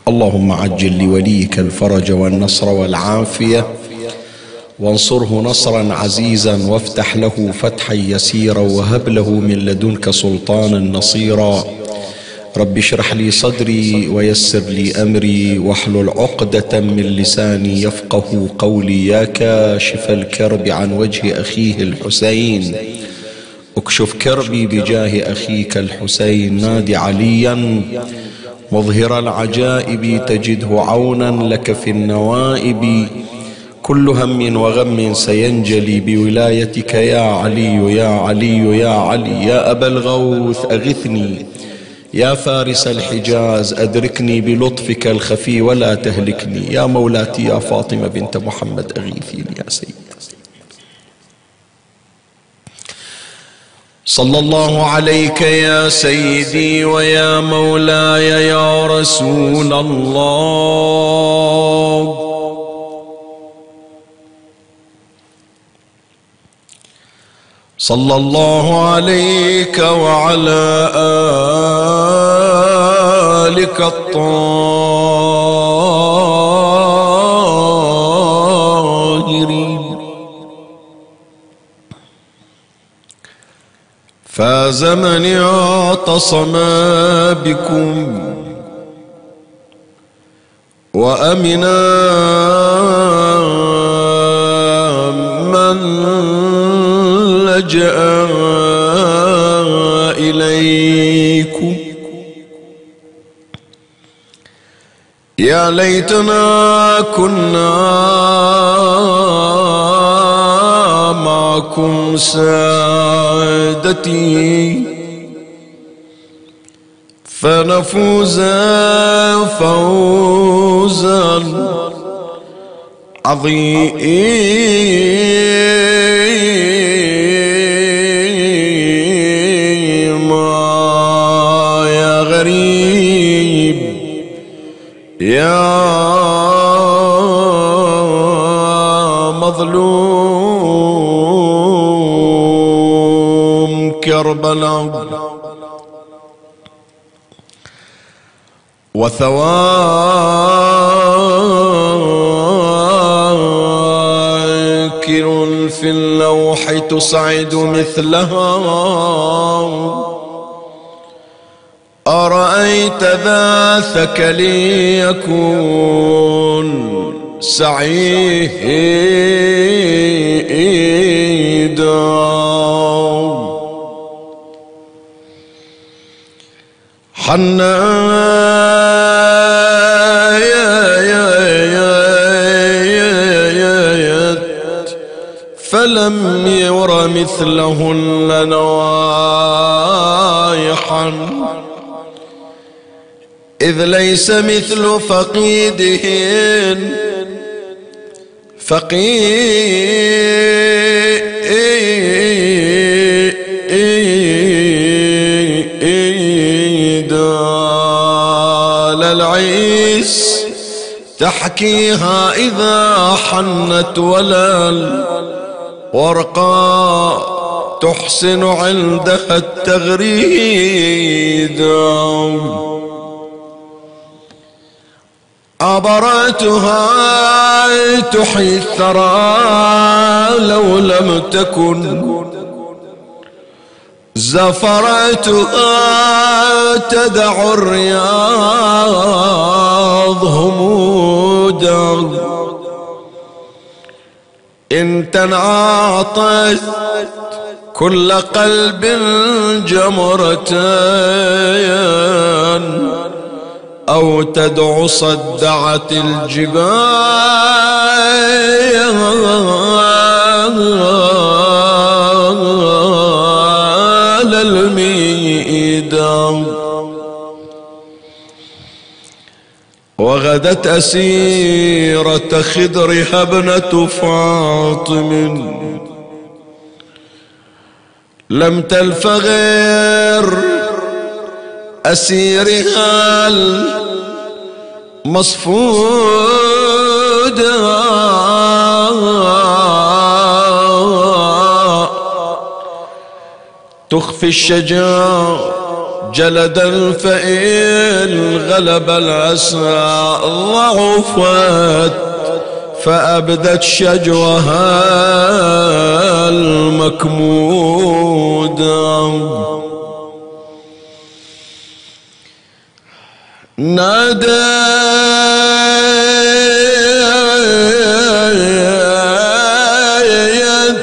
اللهم عجل لوليك الفرج والنصر والعافية، وانصره نصرا عزيزا، وافتح له فتحا يسيرا، وهب له من لدنك سلطانا نصيرا. رب اشرح لي صدري ويسر لي أمري، واحلل عقدة من لساني يفقه قولي. يا كاشف الكرب عن وجه أخيه الحسين، اكشف كربي بجاه أخيك الحسين. نادي عليا مظهر العجائب، تجده عونا لك في النوائب. كل هم وغم سينجلي بولايتك يا علي يا علي يا علي. يا أبا الغوث أغثني، يا فارس الحجاز أدركني بلطفك الخفي ولا تهلكني. يا مولاتي يا فاطمة بنت محمد أغيثيني يا سيدي. صلى الله عليك يا سيدي ويا مولاي يا رسول الله. صلى الله عليك وعلى آلك الطاهرين. فاز من اعتصم بكم، وأمنا من لجأ إليكم. يا ليتنا كنا معكم سادتي، فنفوز فوزا عظيما. يا غريب يا مظلوم كربلاء، وثواكر في اللوح تسعد مثلها. أرأيت ذا ثكل يكون سعيدا. فلم ير مثلهن نوايحا، إذ ليس مثل فقيدهن للعيس تحكيها إذا حنت، ولا الورقاء تحسن عندها التغريد. عبرتها تحيي الثرى لو لم تكن، زفرتها تدع الرياض همودا. إن تنعطت كل قلب جمرتان، أو تدعو صدعت الجبال الميدان. وغدت أسيرة خضرها ابنة فاطم، لم تلف غير أسيرها المصفودة. تخفي الشجاع جلدا فإن غلب العسى ضعفت فأبدت شجوها المكمودا. ناديت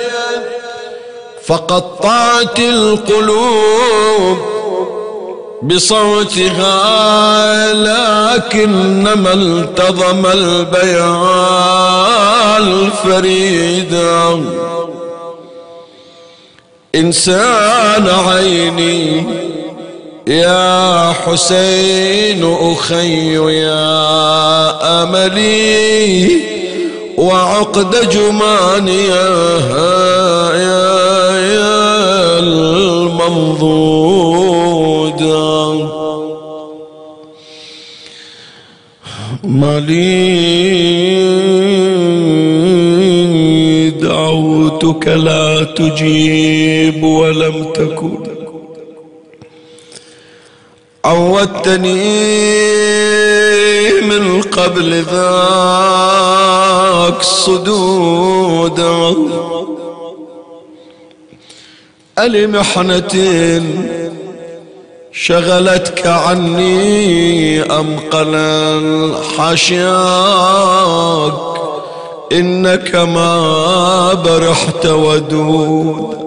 فقطعت القلوب بصوتها لكنما التضم البيع الفريدا. إنسان عيني يا حسين أخي يا أملي وعقد جماني يا المنضودا. ما لي دعوتك لا تجيب ولم تكن عودتني من قبل ذاك صدودا. ألمحنة شغلتك عني أم قلل حاشاك إنك ما برحت ودود.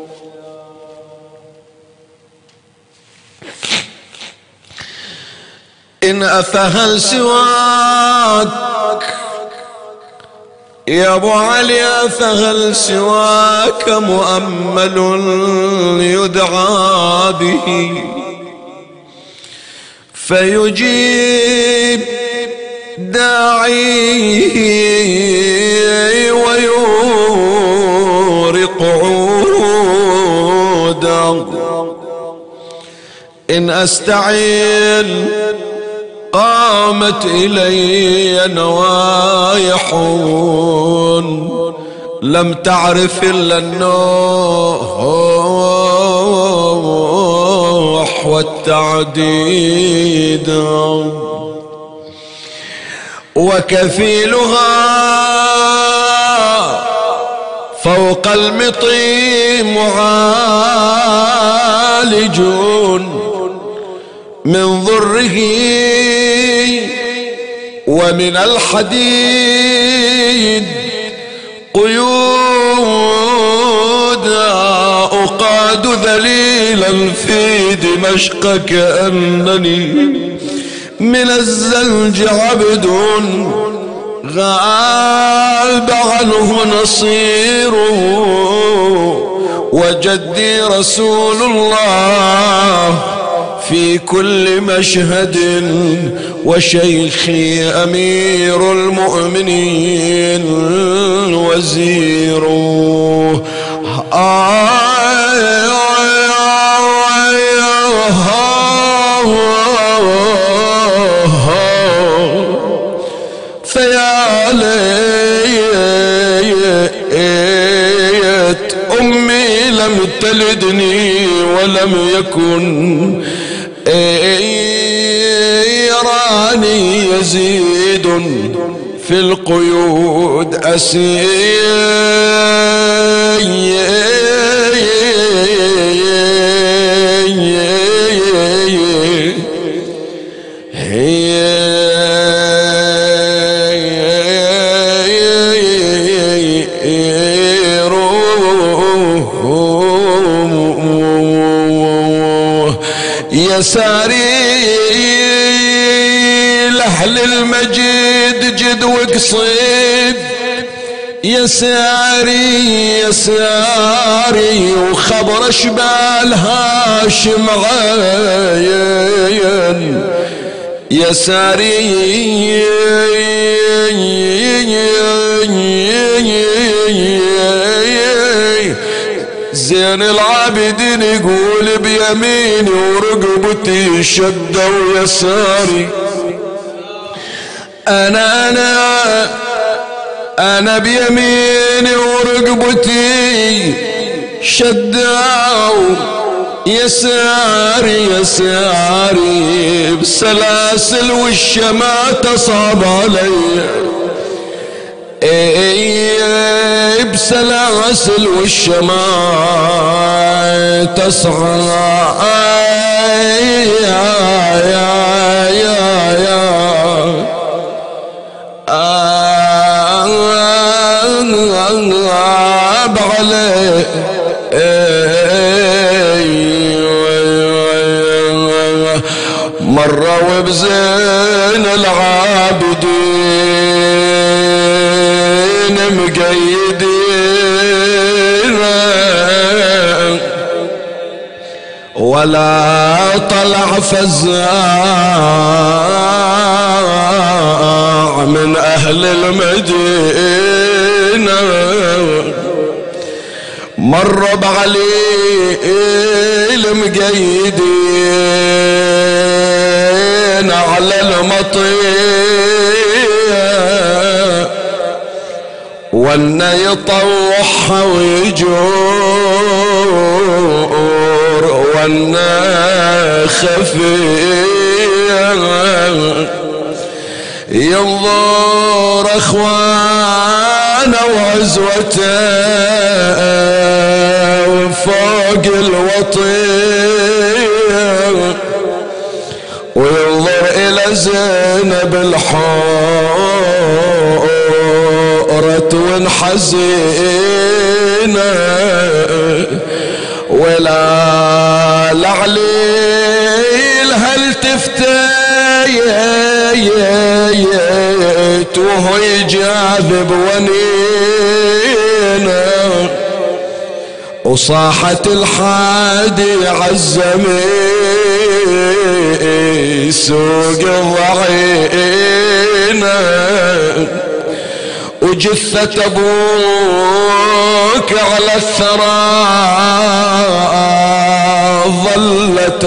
إن أفهل سواك يا أبو علي أفهل سواك مؤمل يدعى به فيجيب داعيه ويورق عودا. إن أستعين قامت إلي نوايح لم تعرف إلا النوح والتعديد. وكفيلها فوق المطي معالج من ضره ومن الحديد قيود. أقاد ذليلا في دمشق كأنني من الزلج عبد غاب عنه نصيره وجدي رسول الله في كل مشهد وشيخي أمير المؤمنين وزيره. فيا ليت أمي لم تلدني ولم يكن يراني يزيد في القيود يساري لأهل المجيد جد وقصيد. يساري يساري وخبر شبال هاشم عين. يساري زين العابدين يقول بيميني ورقبتي شدة ويساري. أنا بيميني ورقبتي شدة يساري يساري بسلاسل والشماتة صعب علي بسلاسل والشماتة صعب علي مرة وبزين العابدين مقيدين ولا طلع فزاع من أهل المدينة مر بعلي المقيدين على المطية وانا يطوحها ويجور وانا خفية ينظر اخوانا وعزوته فوق الوطية وينظر إلى زينب الحورة وانحزينة ولا لعليل هل تفتيت وهو يجاذب ونينه وصاحت الحادي عالزمين سوق الضعينة وجثة ابوك على الثرى ظلت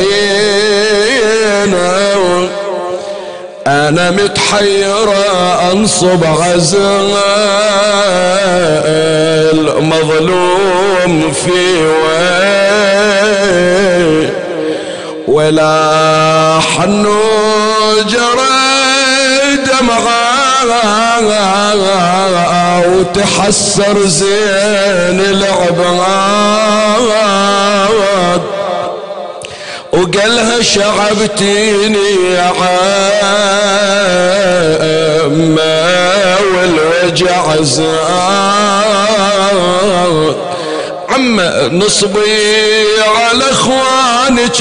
رهينة انا متحيرة انصب عزال مظلوم في وين ولا حنو جرى دمعة وتحسر زين العباد وقالها شعبتيني يا عامة والوجع زاد عمة نصبي على اخوانك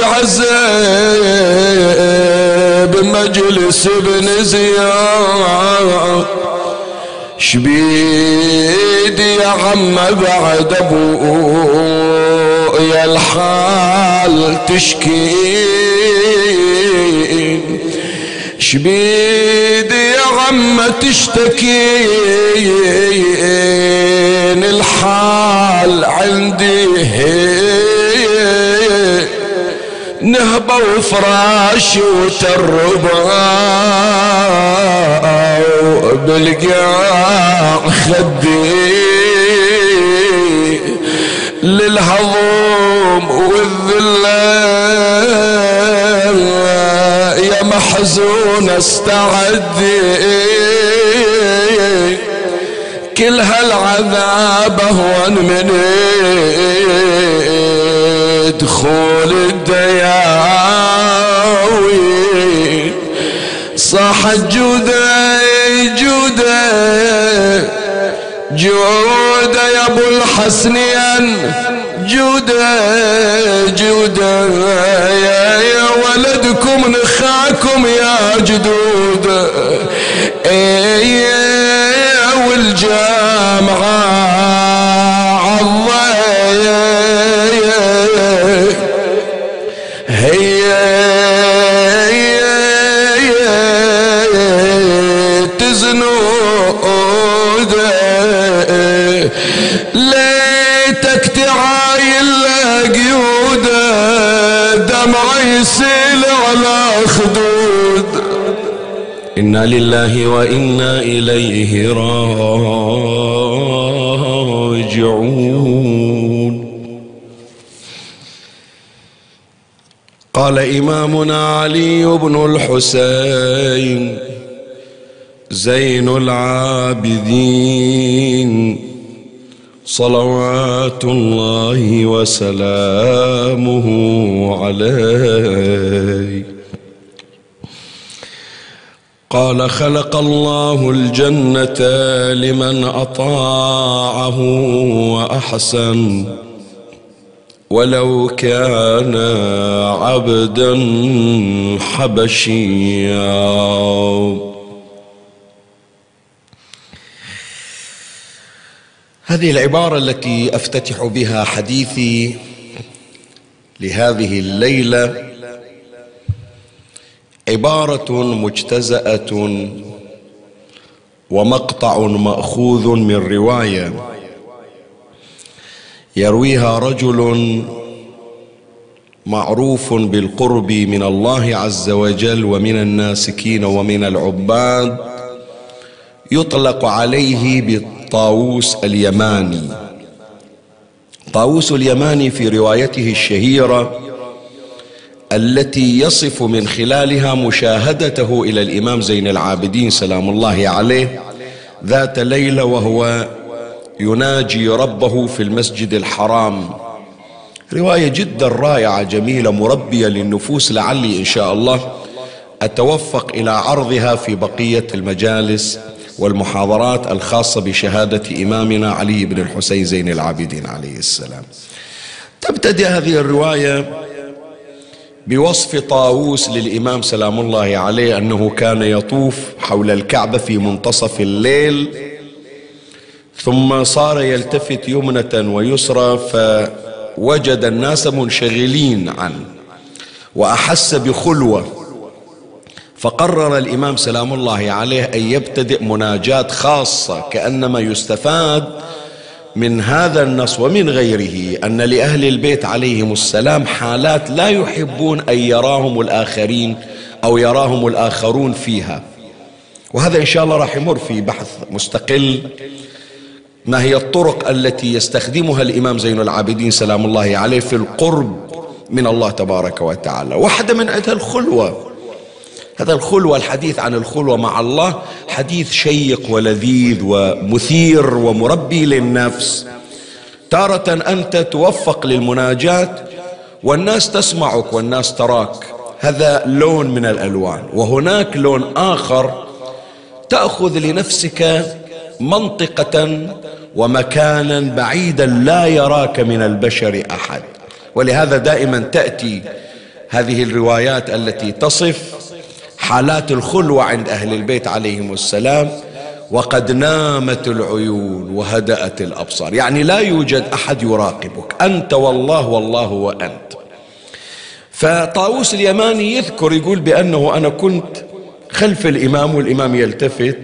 عزيب مجلس ابن زياد شبيدي يا عمة بعد ابويا الحال تشكي شبيدي يا عمة تشتكين الحال عندي نهبة وفراشي وتربة بالقاع خدي للهضوم والذلة يا محزون استعدي كل هالعذاب اهون من دخول الدياوي صاحت جودة جودة جودة يا ابو الحسنين جودة جودة يا ولدكم نخاكم يا جدود والجامعة هي تزنود ليتك تعايل قيودة دمع يسيل على خدود إنا لله وإنا إليه راجعون قال إمامنا علي بن الحسين زين العابدين صلوات الله وسلامه عليه قال خلق الله الجنة لمن أطاعه وأحسن ولو كان عبدا حبشيا. هذه العبارة التي أفتتح بها حديثي لهذه الليلة عبارة مجتزأة ومقطع مأخوذ من رواية يرويها رجل معروف بالقرب من الله عز وجل ومن الناسكين ومن العباد، يطلق عليه بالطاووس اليماني. طاووس اليماني في روايته الشهيرة التي يصف من خلالها مشاهدته إلى الإمام زين العابدين سلام الله عليه ذات ليلة وهو يناجي ربه في المسجد الحرام. رواية جدا رائعة جميلة مربية للنفوس، لعلي إن شاء الله أتوفق إلى عرضها في بقية المجالس والمحاضرات الخاصة بشهادة إمامنا علي بن الحسين زين العابدين عليه السلام. تبتدئ هذه الرواية بوصف طاووس للإمام سلام الله عليه أنه كان يطوف حول الكعبة في منتصف الليل، ثم صار يلتفت يمنة ويسرى فوجد الناس منشغلين عنه وأحس بخلوة، فقرر الإمام سلام الله عليه أن يبتدئ مناجاة خاصة، كأنما يستفاد من هذا النص ومن غيره أن لأهل البيت عليهم السلام حالات لا يحبون أن يراهم الآخرين أو يراهم الآخرون فيها، وهذا إن شاء الله راح يمر في بحث مستقل ما هي الطرق التي يستخدمها الإمام زين العابدين سلام الله عليه في القرب من الله تبارك وتعالى. واحدة من هذه الخلوة، هذا الخلوة، الحديث عن الخلوة مع الله حديث شيق ولذيذ ومثير ومربي للنفس. تارة أنت توفق للمناجاة والناس تسمعك والناس تراك، هذا لون من الألوان، وهناك لون آخر تأخذ لنفسك منطقة ومكانا بعيدا لا يراك من البشر أحد. ولهذا دائما تأتي هذه الروايات التي تصف حالات الخلوة عند أهل البيت عليهم السلام: وقد نامت العيون وهدأت الأبصار، يعني لا يوجد أحد يراقبك، أنت والله والله وأنت. فطاووس اليماني يذكر يقول بأنه أنا كنت خلف الإمام والإمام يلتفت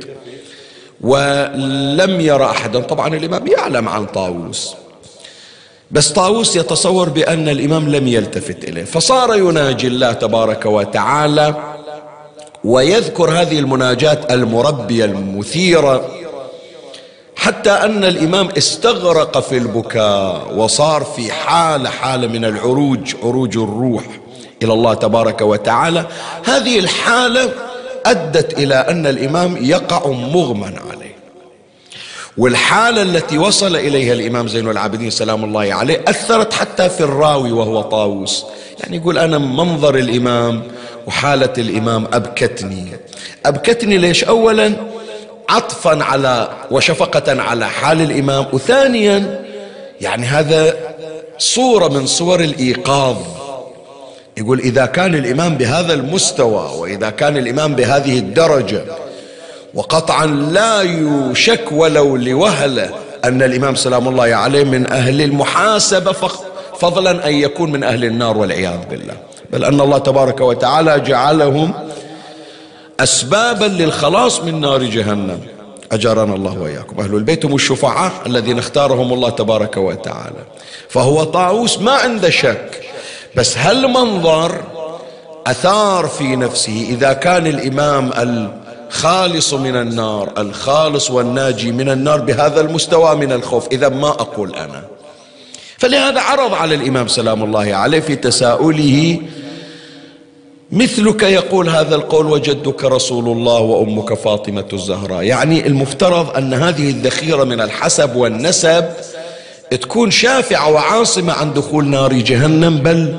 ولم يرى أحدا. طبعا الإمام يعلم عن طاووس، بس طاووس يتصور بأن الإمام لم يلتفت إليه، فصار يناجي الله تبارك وتعالى ويذكر هذه المناجاة المربية المثيرة، حتى أن الإمام استغرق في البكاء وصار في حالة من العروج، عروج الروح إلى الله تبارك وتعالى. هذه الحالة أدت إلى أن الإمام يقع مغمى عليه، والحالة التي وصل إليها الإمام زين العابدين سلام الله عليه أثرت حتى في الراوي وهو طاووس، يعني يقول أنا منظر الإمام وحالة الإمام أبكتني. ليش؟ أولا عطفا على وشفقة على حال الإمام، وثانيا يعني هذا صورة من صور الإيقاظ. يقول إذا كان الإمام بهذا المستوى وإذا كان الإمام بهذه الدرجة، وقطعا لا يشك ولو لوهلة أن الإمام سلام الله عليه من أهل المحاسبة، فضلا أن يكون من أهل النار والعياذ بالله، بل أن الله تبارك وتعالى جعلهم أسبابا للخلاص من نار جهنم، أجارنا الله وإياكم. أهل البيت هم الشفعاء الذين اختارهم الله تبارك وتعالى. فهو طاووس ما عنده شك، بس هل منظر أثار في نفسه إذا كان الإمام الخالص من النار، الخالص والناجي من النار بهذا المستوى من الخوف، إذا ما أقول أنا. فلهذا عرض على الإمام سلام الله عليه في تساؤله مثلك يقول هذا القول وجدك رسول الله وأمك فاطمة الزهراء. يعني المفترض أن هذه الذخيرة من الحسب والنسب تكون شافعة وعاصمة عن دخول نار جهنم، بل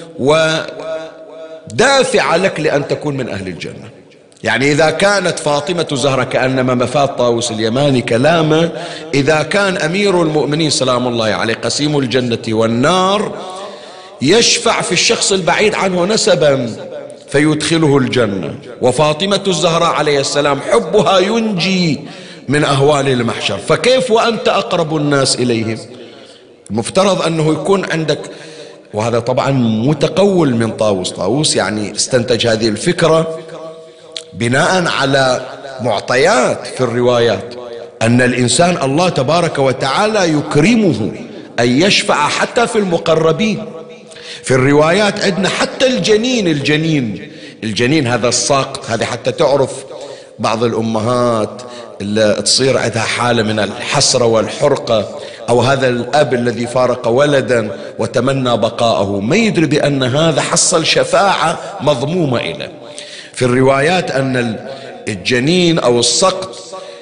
ودافعة لك لأن تكون من أهل الجنة. يعني إذا كانت فاطمة الزهراء، كأنما مفاد طاووس اليماني كلامه، إذا كان أمير المؤمنين سلام الله عليه قسيم الجنة والنار يشفع في الشخص البعيد عنه نسبا فيدخله الجنة، وفاطمة الزهراء عليه السلام حبها ينجي من أهوال المحشر، فكيف وأنت أقرب الناس إليهم؟ المفترض أنه يكون عندك، وهذا طبعا متقول من طاووس يعني استنتج هذه الفكرة بناء على معطيات في الروايات، أن الإنسان الله تبارك وتعالى يكرمه أن يشفع حتى في المقربين. في الروايات عندنا حتى الجنين هذا الساقط، هذه حتى تعرف بعض الأمهات اللي تصير عندها حالة من الحسرة والحرقة، أو هذا الأب الذي فارق ولدا وتمنى بقاءه، ما يدري بأن هذا حصل شفاعة مضمومة إليه. في الروايات أن الجنين أو السقط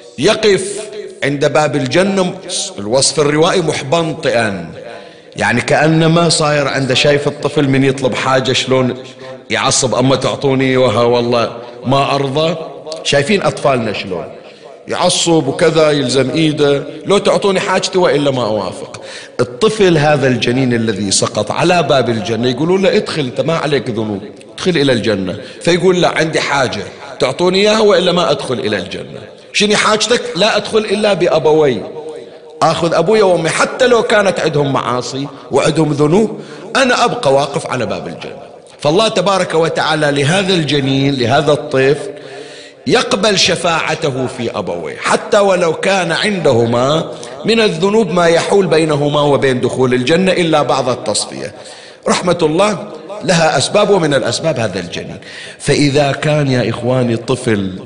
يقف عند باب الجنة، الوصف الروائي محبنطئا، يعني كأنما صاير عنده، شايف الطفل من يطلب حاجة شلون يعصب، أما تعطوني وها والله ما أرضى، شايفين أطفالنا شلون يعصب وكذا يلزم إيده، لو تعطوني حاجتي وإلا ما أوافق. الطفل هذا الجنين الذي سقط على باب الجنة يقولوا له ادخل، أنت ما عليك ذنوب، ادخل إلى الجنة، فيقول لا عندي حاجة تعطوني إياها وإلا ما أدخل إلى الجنة. شنو حاجتك؟ لا أدخل إلا بأبوي، أخذ أبوي وأمي حتى لو كانت عندهم معاصي وعندهم ذنوب، أنا أبقى واقف على باب الجنة. فالله تبارك وتعالى لهذا الجنين، لهذا الطفل، يقبل شفاعته في أبويه حتى ولو كان عندهما من الذنوب ما يحول بينهما وبين دخول الجنة إلا بعض التصفية. رحمة الله لها أسباب، ومن الأسباب هذا الجنين. فإذا كان يا إخواني طفل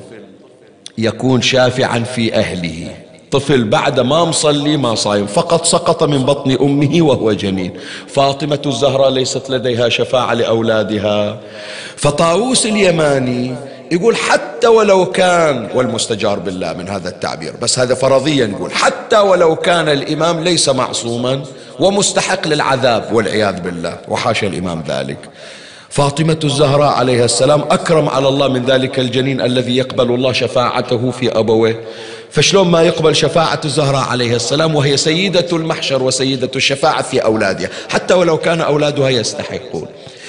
يكون شافعا في أهله، طفل بعد ما مصلي ما صايم، فقط سقط من بطن أمه وهو جنين، فاطمة الزهراء ليست لديها شفاعة لأولادها. فطاووس اليماني يقول حتى ولو كان، والمستجار بالله من هذا التعبير، بس هذا فرضيا، يقول حتى ولو كان الإمام ليس معصوما ومستحق للعذاب والعياذ بالله، وحاشا الإمام ذلك، فاطمة الزهراء عليها السلام أكرم على الله من ذلك الجنين الذي يقبل الله شفاعته في أبويه. فشلون ما يقبل شفاعة الزهراء عليها السلام وهي سيدة المحشر وسيدة الشفاعة في أولادها، حتى ولو كان أولادها يستحقون.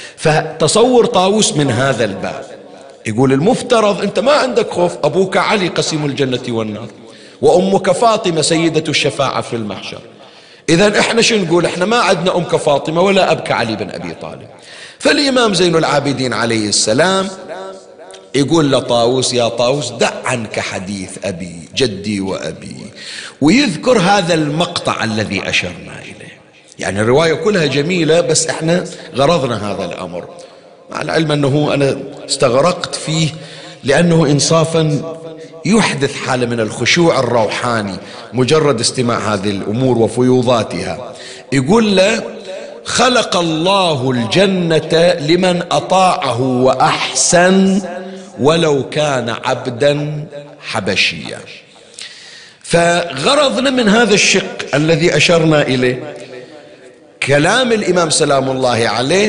فتصور طاووس من هذا الباب، يقول المفترض أنت ما عندك خوف، أبوك علي قسيم الجنة والنار، وأمك فاطمة سيدة الشفاعة في المحشر، إذا إحنا شو نقول؟ إحنا ما عندنا أم كفاطمة ولا أب كعلي بن أبي طالب. فالإمام زين العابدين عليه السلام يقول لطاووس يا طاووس دع عنك حديث أبي جدي وأبي، ويذكر هذا المقطع الذي أشرنا إليه. يعني الرواية كلها جميلة، بس إحنا غرضنا هذا الأمر، مع العلم أنه أنا استغرقت فيه لأنه إنصافا يحدث حالة من الخشوع الروحاني مجرد استماع هذه الأمور وفيوضاتها. يقول له خلق الله الجنة لمن أطاعه وأحسن ولو كان عبدا حبشيا. فغرضنا من هذا الشق الذي أشرنا إليه كلام الإمام سلام الله عليه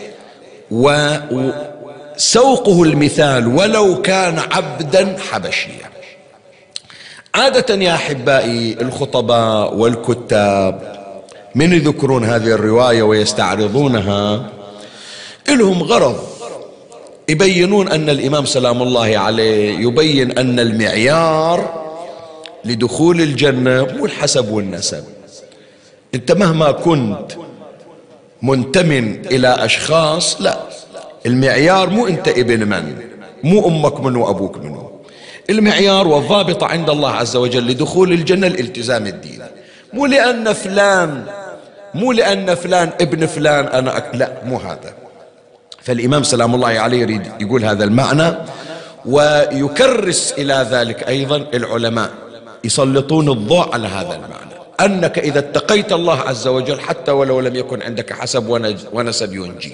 وسوقه المثال ولو كان عبدا حبشيا. عادة يا أحبائي الخطباء والكتاب من يذكرون هذه الرواية ويستعرضونها لهم غرض، يبينون أن الإمام سلام الله عليه يبين أن المعيار لدخول الجنة مو الحسب والنسب. أنت مهما كنت منتمن إلى أشخاص، لا، المعيار مو أنت ابن من، مو أمك من وأبوك منه. المعيار والضابط عند الله عز وجل لدخول الجنة الالتزام الدين، مو لأن فلان ابن فلان أنا لا، مو هذا. فالإمام سلام الله عليه يريد يقول هذا المعنى، ويكرس إلى ذلك أيضا العلماء يسلطون الضوء على هذا المعنى، أنك إذا اتقيت الله عز وجل حتى ولو لم يكن عندك حسب ونسب ينجيك.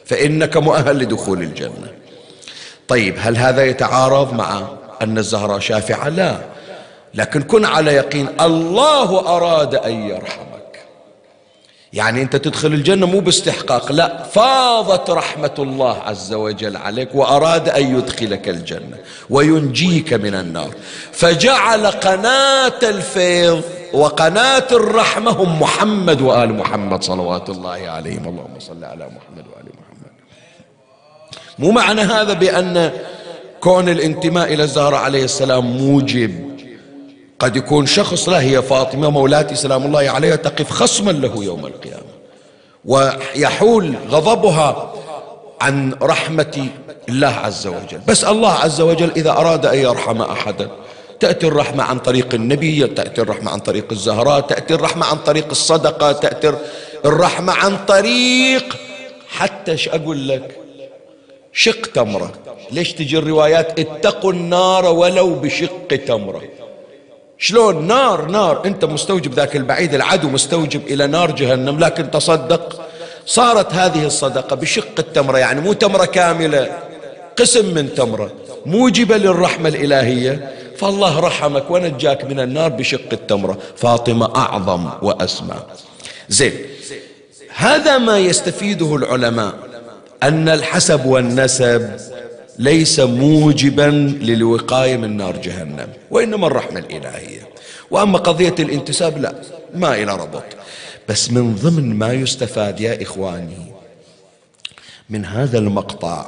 فإنك مؤهل لدخول الجنة. طيب هل هذا يتعارض مع أن الزهراء شافعة؟ لا، لكن كن على يقين الله أراد أن يرحمك. يعني أنت تدخل الجنة مو باستحقاق، لا، فاضت رحمة الله عز وجل عليك وأراد أن يدخلك الجنة وينجيك من النار، فجعل قناة الفيض وقناة الرحمة هم محمد وآل محمد صلوات الله عليهم. اللهم صل على محمد وآل محمد. مو معنى هذا بأن كون الانتماء إلى الزهراء عليه السلام موجب. قد يكون شخص، لا، هي فاطمة مولاتي سلام الله عليها تقف خصما له يوم القيامة ويحول غضبها عن رحمة الله عز وجل. بس الله عز وجل إذا أراد أن يرحم أحدا تأتي الرحمة عن طريق النبي، تأتي الرحمة عن طريق الزهراء، تأتي الرحمة عن طريق الصدقة، تأتي الرحمة عن طريق حتى أقول لك شق تمرة. ليش تجي الروايات اتقوا النار ولو بشق تمرة؟ شلون نار انت مستوجب ذاك البعيد، العدو مستوجب الى نار جهنم، لكن تصدق صارت هذه الصدقة بشق التمرة، يعني مو تمرة كاملة، قسم من تمرة، موجبة للرحمة الإلهية، فالله رحمك ونجاك من النار بشق التمرة. فاطمة أعظم وأسمى. زين، هذا ما يستفيده العلماء، أن الحسب والنسب ليس موجبا للوقاية من نار جهنم، وإنما الرحمة الإلهية. وأما قضية الانتساب لا، ما إلى ربط. بس من ضمن ما يستفاد يا إخواني من هذا المقطع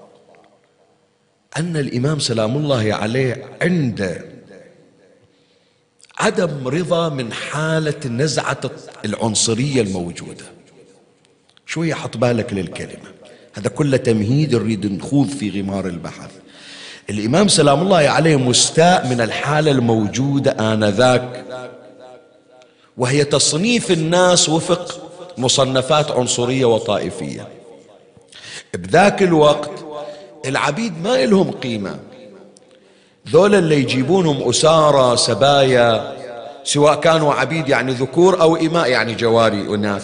أن الإمام سلام الله عليه عند عدم رضا من حالة نزعة العنصرية الموجودة. شوية حط بالك للكلمة، هذا كله تمهيد نريد نخوض في غمار البحث. الإمام سلام الله عليه مستاء من الحالة الموجودة آنذاك، وهي تصنيف الناس وفق مصنفات عنصرية وطائفية. بذاك الوقت العبيد ما إلهم قيمة، ذولا اللي يجيبونهم أسارة سبايا، سواء كانوا عبيد يعني ذكور أو إماء يعني جواري وناس،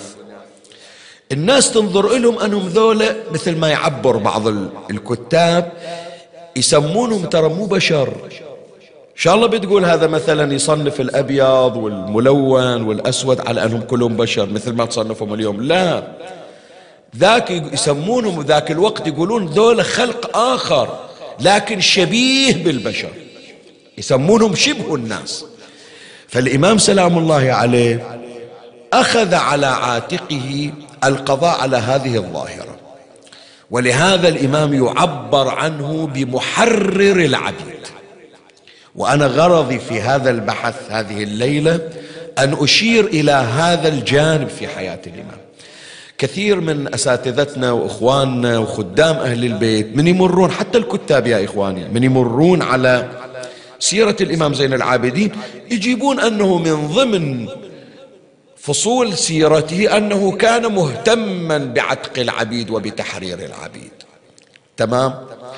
الناس تنظر لهم أنهم ذولا مثل ما يعبر بعض الكتاب يسمونهم ترى مو بشر. إن شاء الله بتقول هذا مثلا يصنف الأبيض والملون والأسود على أنهم كلهم بشر مثل ما تصنفهم اليوم، لا، ذاك يسمونهم ذاك الوقت يقولون ذولا خلق آخر لكن شبيه بالبشر، يسمونهم شبه الناس. فالإمام سلام الله عليه أخذ على عاتقه القضاء على هذه الظاهرة، ولهذا الإمام يعبر عنه بمحرر العبيد. وأنا غرضي في هذا البحث هذه الليلة أن أشير إلى هذا الجانب في حياة الإمام. كثير من أساتذتنا وإخواننا وخدام أهل البيت من يمرون، حتى الكتاب يا إخواني، من يمرون على سيرة الإمام زين العابدين يجيبون أنه من ضمن فصول سيرته أنه كان مهتما بعتق العبيد وبتحرير العبيد. تمام؟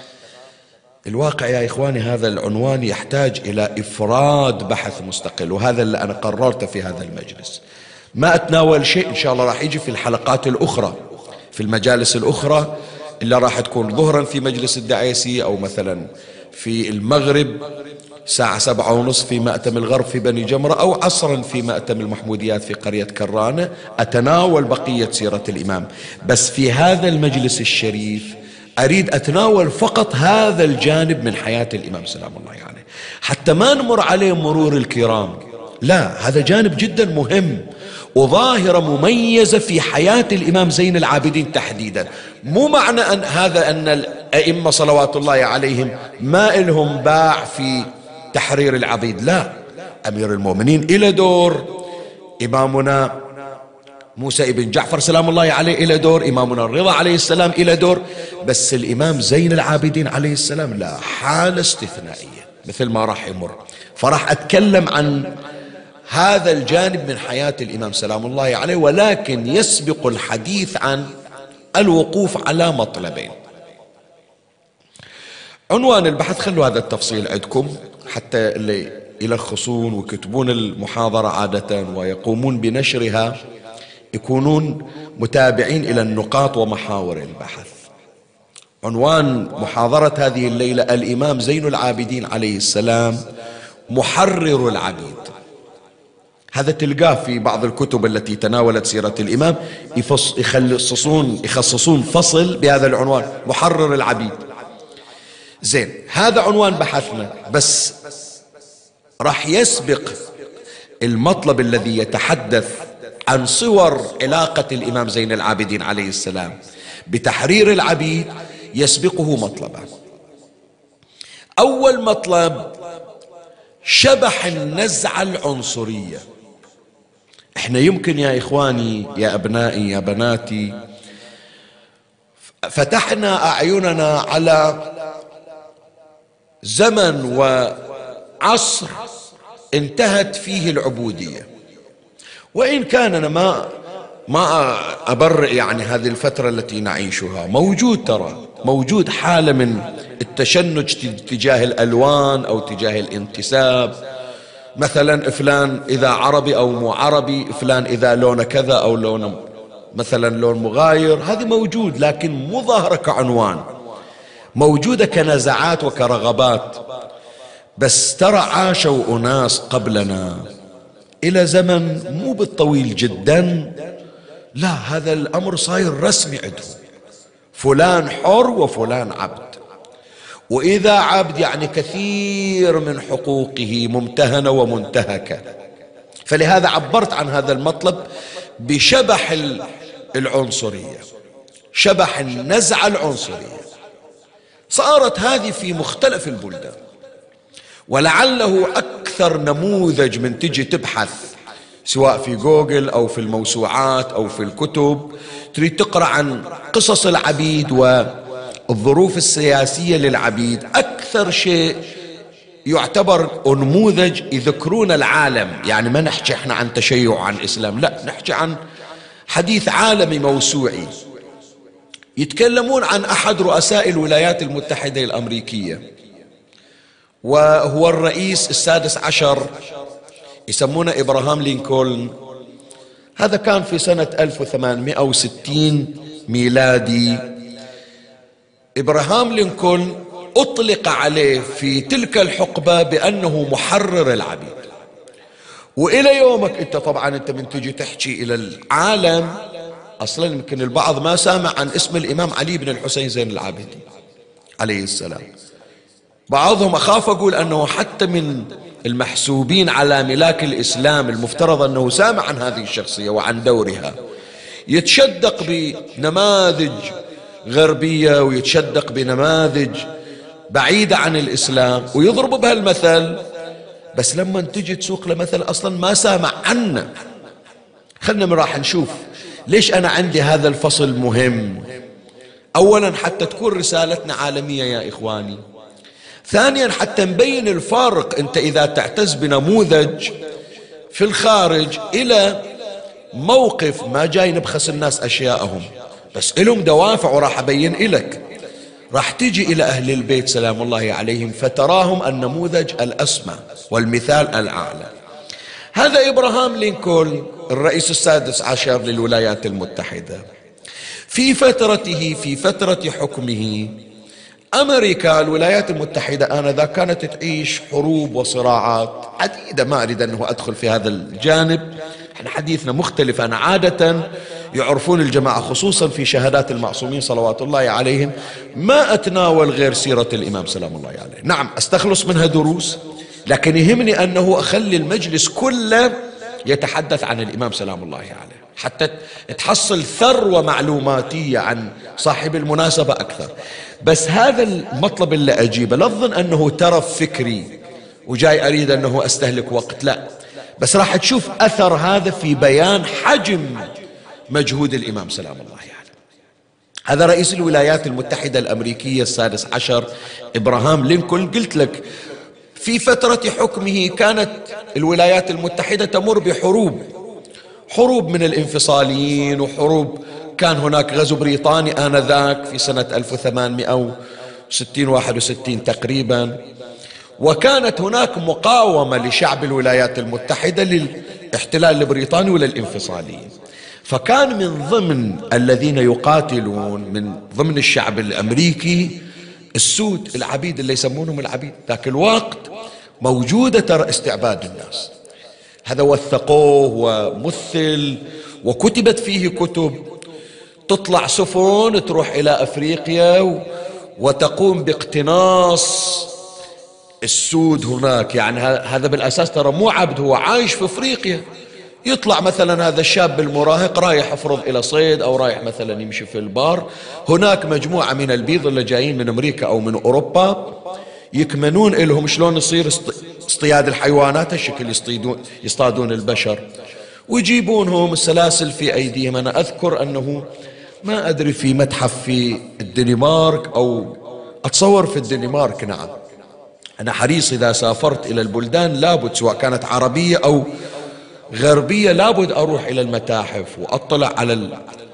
الواقع يا إخواني هذا العنوان يحتاج إلى إفراد بحث مستقل، وهذا اللي أنا قررته في هذا المجلس. ما أتناول شيء إن شاء الله راح يجي في الحلقات الأخرى في المجالس الأخرى اللي راح تكون ظهرا في مجلس الدعيسي، أو مثلا في المغرب الساعة 7:30 في مأتم الغرب في بني جمرة، أو عصرا في مأتم المحموديات في قرية كرانة، أتناول بقية سيرة الإمام. بس في هذا المجلس الشريف أريد أتناول فقط هذا الجانب من حياة الإمام سلام الله عليه، حتى ما نمر عليه مرور الكرام. لا، هذا جانب جدا مهم وظاهرة مميزة في حياة الإمام زين العابدين تحديدا. مو معنى أن هذا أن الأئمة صلوات الله عليهم ما إلهم باع في تحرير العبيد، لا، أمير المؤمنين إلى دور، إمامنا موسى ابن جعفر سلام الله عليه إلى دور، إمامنا الرضا عليه السلام إلى دور، بس الإمام زين العابدين عليه السلام لا، حالة استثنائية مثل ما راح يمر. فراح أتكلم عن هذا الجانب من حياة الإمام سلام الله عليه، ولكن يسبق الحديث عن الوقوف على مطلبين. عنوان البحث، خلوا هذا التفصيل عندكم حتى اللي يلخصون ويكتبون المحاضرة عادة ويقومون بنشرها يكونون متابعين إلى النقاط ومحاور البحث. عنوان محاضرة هذه الليلة: الإمام زين العابدين عليه السلام محرر العبيد. هذا تلقاه في بعض الكتب التي تناولت سيرة الإمام، يخصصون فصل بهذا العنوان: محرر العبيد. زين، هذا عنوان بحثنا، بس راح يسبق المطلب الذي يتحدث عن صور علاقة الإمام زين العابدين عليه السلام بتحرير العبيد، يسبقه مطلبان. أول مطلب شبح النزعة العنصرية. احنا يمكن يا إخواني يا أبنائي يا بناتي فتحنا أعيننا على زمن وعصر انتهت فيه العبودية، وإن كان أنا ما أبرئ يعني هذه الفترة التي نعيشها، موجود حالة من التشنج تجاه الألوان أو تجاه الانتساب. مثلا فلان إذا عربي أو مو عربي، فلان إذا لونه كذا أو لونه مثلا لون مغاير، هذه موجود، لكن مو ظاهرة كعنوان، موجودة كنزعات وكرغبات. بس ترى عاشوا أناس قبلنا إلى زمن مو بالطويل جدا، لا، هذا الأمر صاير رسمي عندهم، فلان حر وفلان عبد، وإذا عبد يعني كثير من حقوقه ممتهنة ومنتهكة. فلهذا عبرت عن هذا المطلب بشبح العنصرية، شبح النزعة العنصرية. صارت هذه في مختلف البلدان، ولعله أكثر نموذج من تجي تبحث سواء في جوجل أو في الموسوعات أو في الكتب، تريد تقرأ عن قصص العبيد والظروف السياسية للعبيد، أكثر شيء يعتبر نموذج يذكرون العالم. يعني ما نحكي احنا عن تشيع عن إسلام، لا، نحكي عن حديث عالمي موسوعي. يتكلمون عن أحد رؤساء الولايات المتحدة الأمريكية، وهو الرئيس السادس عشر، يسمونه إبراهام لينكولن. هذا كان في سنة 1860 ميلادي. إبراهام لينكولن أطلق عليه في تلك الحقبة بأنه محرر العبيد. وإلى يومك أنت طبعا أنت من تجي تحكي إلى العالم، أصلا يمكن البعض ما سامع عن اسم الإمام علي بن الحسين زين العابدين عليه السلام. بعضهم أخاف أقول أنه حتى من المحسوبين على ملاك الإسلام المفترض أنه سامع عن هذه الشخصية وعن دورها، يتشدق بنماذج غربية ويتشدق بنماذج بعيدة عن الإسلام ويضرب بها المثل، بس لما تجي تسوق لمثل أصلا ما سامع عنه. خلنا راح نشوف ليش أنا عندي هذا الفصل مهم. أولا حتى تكون رسالتنا عالمية يا إخواني، ثانيا حتى نبين الفارق. أنت إذا تعتز بنموذج في الخارج إلى موقف، ما جاي نبخس الناس أشياءهم، بس إلهم دوافع وراح أبين إلك. راح تجي إلى أهل البيت سلام الله عليهم فتراهم النموذج الأسمى والمثال الأعلى. هذا إبراهام لينكولن الرئيس السادس عشر للولايات المتحدة، في فترة حكمه أمريكا الولايات المتحدة آنذاك كانت تعيش حروب وصراعات عديدة. ما أريد أنه أدخل في هذا الجانب، احنا حديثنا مختلف. أنا عادة يعرفون الجماعة خصوصا في شهادات المعصومين صلوات الله عليهم ما أتناول غير سيرة الإمام سلام الله عليه. نعم أستخلص منها دروس، لكن يهمني أنه أخلي المجلس كله يتحدث عن الإمام سلام الله عليه حتى تحصل ثروة معلوماتية عن صاحب المناسبة أكثر. بس هذا المطلب اللي أجيبه لا تظن أنه ترف فكري وجاي أريد أنه أستهلك وقت، لا، بس راح تشوف أثر هذا في بيان حجم مجهود الإمام سلام الله عليه. هذا رئيس الولايات المتحدة الأمريكية السادس عشر إبراهام لينكولن. قلت لك في فترة حكمه كانت الولايات المتحدة تمر بحروب من الانفصاليين وحروب. كان هناك غزو بريطاني آنذاك في سنة 1861 تقريبا، وكانت هناك مقاومة لشعب الولايات المتحدة للاحتلال البريطاني وللانفصاليين. فكان من ضمن الذين يقاتلون من ضمن الشعب الأمريكي السود، العبيد اللي يسمونهم العبيد. ذاك الوقت موجودة ترى استعباد الناس، هذا وثقوه ومثل وكتبت فيه كتب. تطلع سفن تروح إلى أفريقيا وتقوم باقتناص السود هناك. يعني هذا بالأساس ترى مو عبد، هو عايش في أفريقيا. يطلع مثلا هذا الشاب المراهق رايح افرض الى صيد او رايح مثلا يمشي في البار، هناك مجموعة من البيض اللي جايين من امريكا او من اوروبا يكمنون لهم شلون يصير اصطياد الحيوانات، الشكل يصطادون البشر ويجيبونهم السلاسل في ايديهم. انا اذكر انه ما ادري في متحف في الدنمارك او اتصور في الدنمارك، نعم. انا حريص اذا سافرت الى البلدان لابد سواء كانت عربية او غربية لابد أروح إلى المتاحف وأطلع على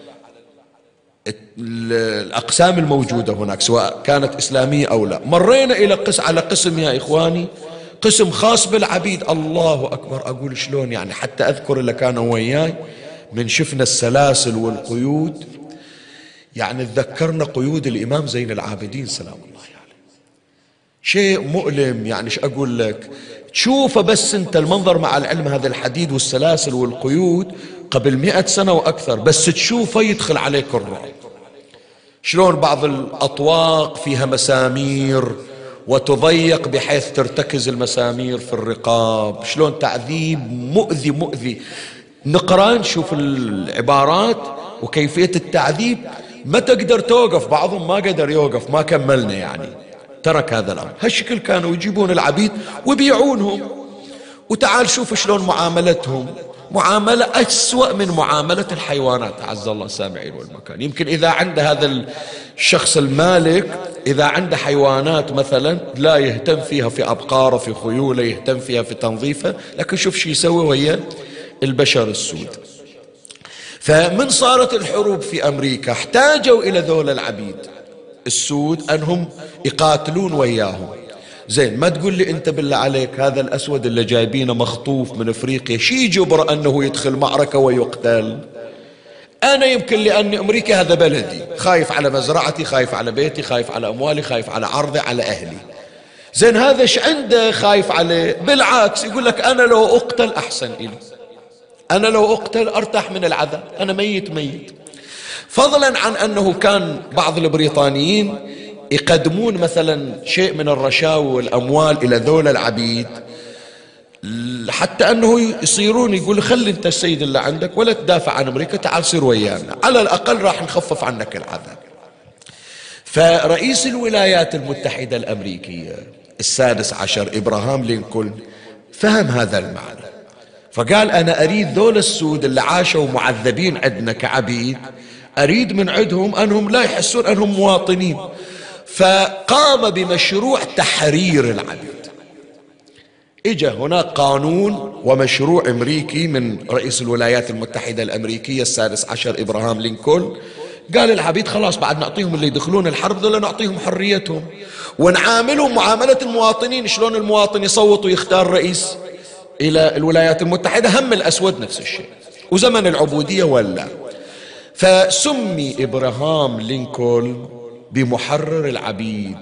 الأقسام الموجودة هناك سواء كانت إسلامية أو لا. مرينا على قسم يا إخواني، قسم خاص بالعبيد. الله أكبر، أقول شلون يعني، حتى أذكر اللي كانوا وياي من شفنا السلاسل والقيود، يعني تذكرنا قيود الإمام زين العابدين سلام الله عليه. شيء مؤلم، يعني ايش أقول لك، تشوفه بس انت المنظر مع العلم، هذا الحديد والسلاسل والقيود قبل 100 سنة وأكثر، بس تشوفه يدخل عليك الرعب. شلون بعض الأطواق فيها مسامير وتضيق بحيث ترتكز المسامير في الرقاب، شلون تعذيب مؤذي مؤذي. نقرأ نشوف العبارات وكيفية التعذيب، ما تقدر توقف، بعضهم ما قدر يوقف، ما كملنا يعني، ترك هذا الأمر. هالشكل كانوا يجيبون العبيد ويبيعونهم. وتعال شوف شلون معاملتهم، معاملة أسوأ من معاملة الحيوانات، عز الله السامعين والمكان. يمكن إذا عنده هذا الشخص المالك إذا عنده حيوانات مثلا لا يهتم فيها في أبقاره في خيوله، يهتم فيها في تنظيفها، لكن شوف شو يسوي ويا البشر السود. فمن صارت الحروب في أمريكا احتاجوا إلى ذول العبيد السود أنهم يقاتلون وياهم. زين، ما تقول لي أنت بالله عليك هذا الأسود اللي جايبينه مخطوف من أفريقيا شي جبر أنه يدخل معركة ويقتل؟ أنا يمكن لأن أمريكا هذا بلدي، خايف على مزرعتي، خايف على بيتي، خايف على أموالي، خايف على عرضي، على أهلي. زين، هذا ايش عنده خايف عليه؟ بالعكس يقول لك أنا لو أقتل أحسن إلي، أنا لو أقتل أرتاح من العذاب، أنا ميت ميت. فضلا عن أنه كان بعض البريطانيين يقدمون مثلا شيء من الرشاوى والأموال إلى ذول العبيد حتى أنه يصيرون يقول خلي أنت السيد اللي عندك ولا تدافع عن أمريكا، تعال صير ويانا، على الأقل راح نخفف عنك العذاب. فرئيس الولايات المتحدة الأمريكية السادس عشر إبراهام لينكولن فهم هذا المعنى، فقال أنا أريد ذول السود اللي عاشوا معذبين عندنا كعبيد، أريد من عندهم أنهم لا يحسون أنهم مواطنين. فقام بمشروع تحرير العبيد. إجا هناك قانون ومشروع أمريكي من رئيس الولايات المتحدة الأمريكية السادس عشر إبراهام لينكولن، قال العبيد خلاص بعد نعطيهم اللي يدخلون الحرب ذولا نعطيهم حريتهم ونعاملهم معاملة المواطنين. شلون المواطن يصوت ويختار رئيس إلى الولايات المتحدة، هم الأسود نفس الشيء، وزمن العبودية ولا. فسمي إبراهام لينكولن بمحرر العبيد.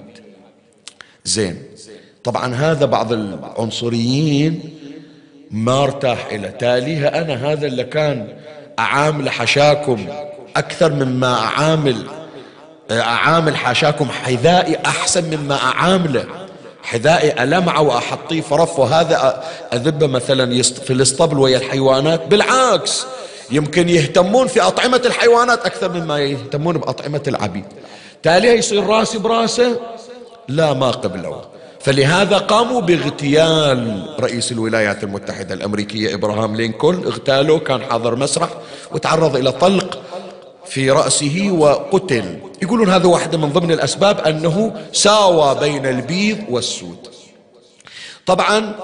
زين، طبعا هذا بعض العنصريين ما ارتاح إلى تاليها، أنا هذا اللي كان أعامل حشاكم أكثر مما أعامل حاشاكم حذائي أحسن مما أعامله، حذائي ألمعه وأحطيه فرف، وهذا أذبه مثلا في الاسطبل ويا الحيوانات. بالعكس يمكن يهتمون في أطعمة الحيوانات أكثر مما يهتمون بأطعمة العبيد. تاليها يصير راسي براسه، لا ما قبلوا. فلهذا قاموا باغتيال رئيس الولايات المتحدة الأمريكية إبراهام لينكولن، اغتالوه، كان حاضر مسرح وتعرض إلى طلق في رأسه وقتل. يقولون هذا واحدة من ضمن الأسباب أنه ساوى بين البيض والسود. طبعا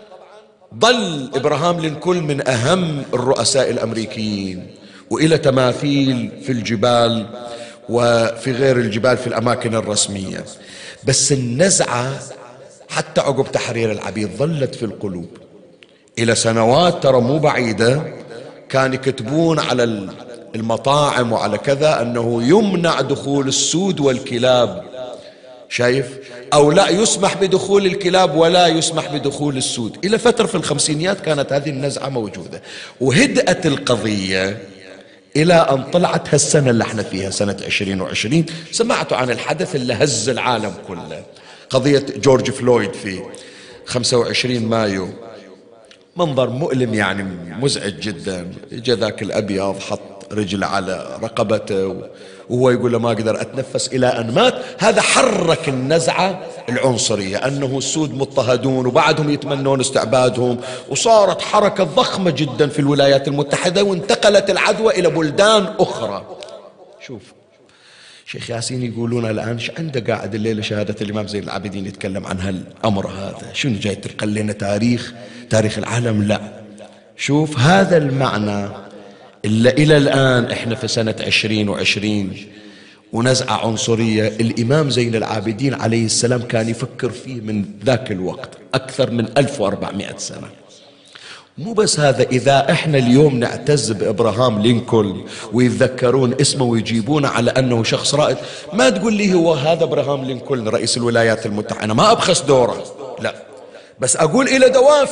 ظل إبراهام لينكولن من أهم الرؤساء الأمريكيين، وإلى تماثيل في الجبال وفي غير الجبال في الأماكن الرسمية. بس النزعة حتى عقب تحرير العبيد ظلت في القلوب إلى سنوات ترى مو بعيدة. كان يكتبون على المطاعم وعلى كذا أنه يمنع دخول السود والكلاب، شايف؟ أو لا يسمح بدخول الكلاب ولا يسمح بدخول السود. إلى فترة في الخمسينيات كانت هذه النزعة موجودة، وهدأت القضية إلى أن طلعت هالسنة اللي احنا فيها سنة 2020. سمعتوا عن الحدث اللي هز العالم كله، قضية جورج فلويد في 25 مايو. منظر مؤلم يعني مزعج جدا. جاء ذاك الأبيض حط رجل على رقبته وهو يقول له ما أقدر أتنفس إلى أن مات. هذا حرك النزعة العنصرية، أنه السود مضطهدون وبعدهم يتمنون استعبادهم، وصارت حركة ضخمة جدا في الولايات المتحدة، وانتقلت العدوى إلى بلدان أخرى. شوف شيخ ياسين يقولون الآن ايش عنده قاعد الليلة شهادة الإمام زين العابدين يتكلم عن هالأمر هذا؟ شنو جاي تلقى لنا تاريخ العالم؟ لا، شوف هذا المعنى اللي إلى الآن إحنا في سنة 2020 ونزعة عنصرية. الإمام زين العابدين عليه السلام كان يفكر فيه من ذاك الوقت أكثر من 1400 سنة. مو بس هذا، إذا إحنا اليوم نعتز بإبراهام لينكولن ويتذكرون اسمه ويجيبونه على أنه شخص رائد، ما تقول لي هو هذا إبراهام لينكولن رئيس الولايات المتحدة، أنا ما أبخس دوره، لا، بس أقول إلى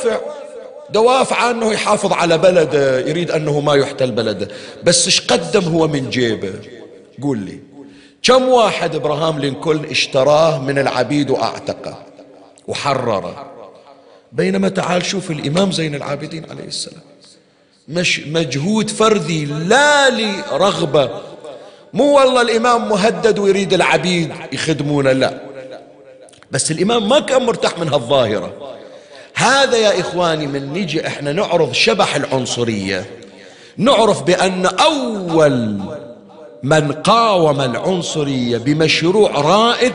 دوافع أنه يحافظ على بلده، يريد أنه ما يحتل بلده. بس إيش قدم هو من جيبه؟ قول لي كم واحد إبراهام لينكولن اشتراه من العبيد وأعتقه وحرره؟ بينما تعال شوف الإمام زين العابدين عليه السلام، مش مجهود فردي لا لرغبة، مو والله الإمام مهدد ويريد العبيد يخدمونه، لا، بس الإمام ما كان مرتاح من هالظاهرة. هذا يا إخواني من نيجي إحنا نعرض شبح العنصرية، نعرف بأن أول من قاوم العنصرية بمشروع رائد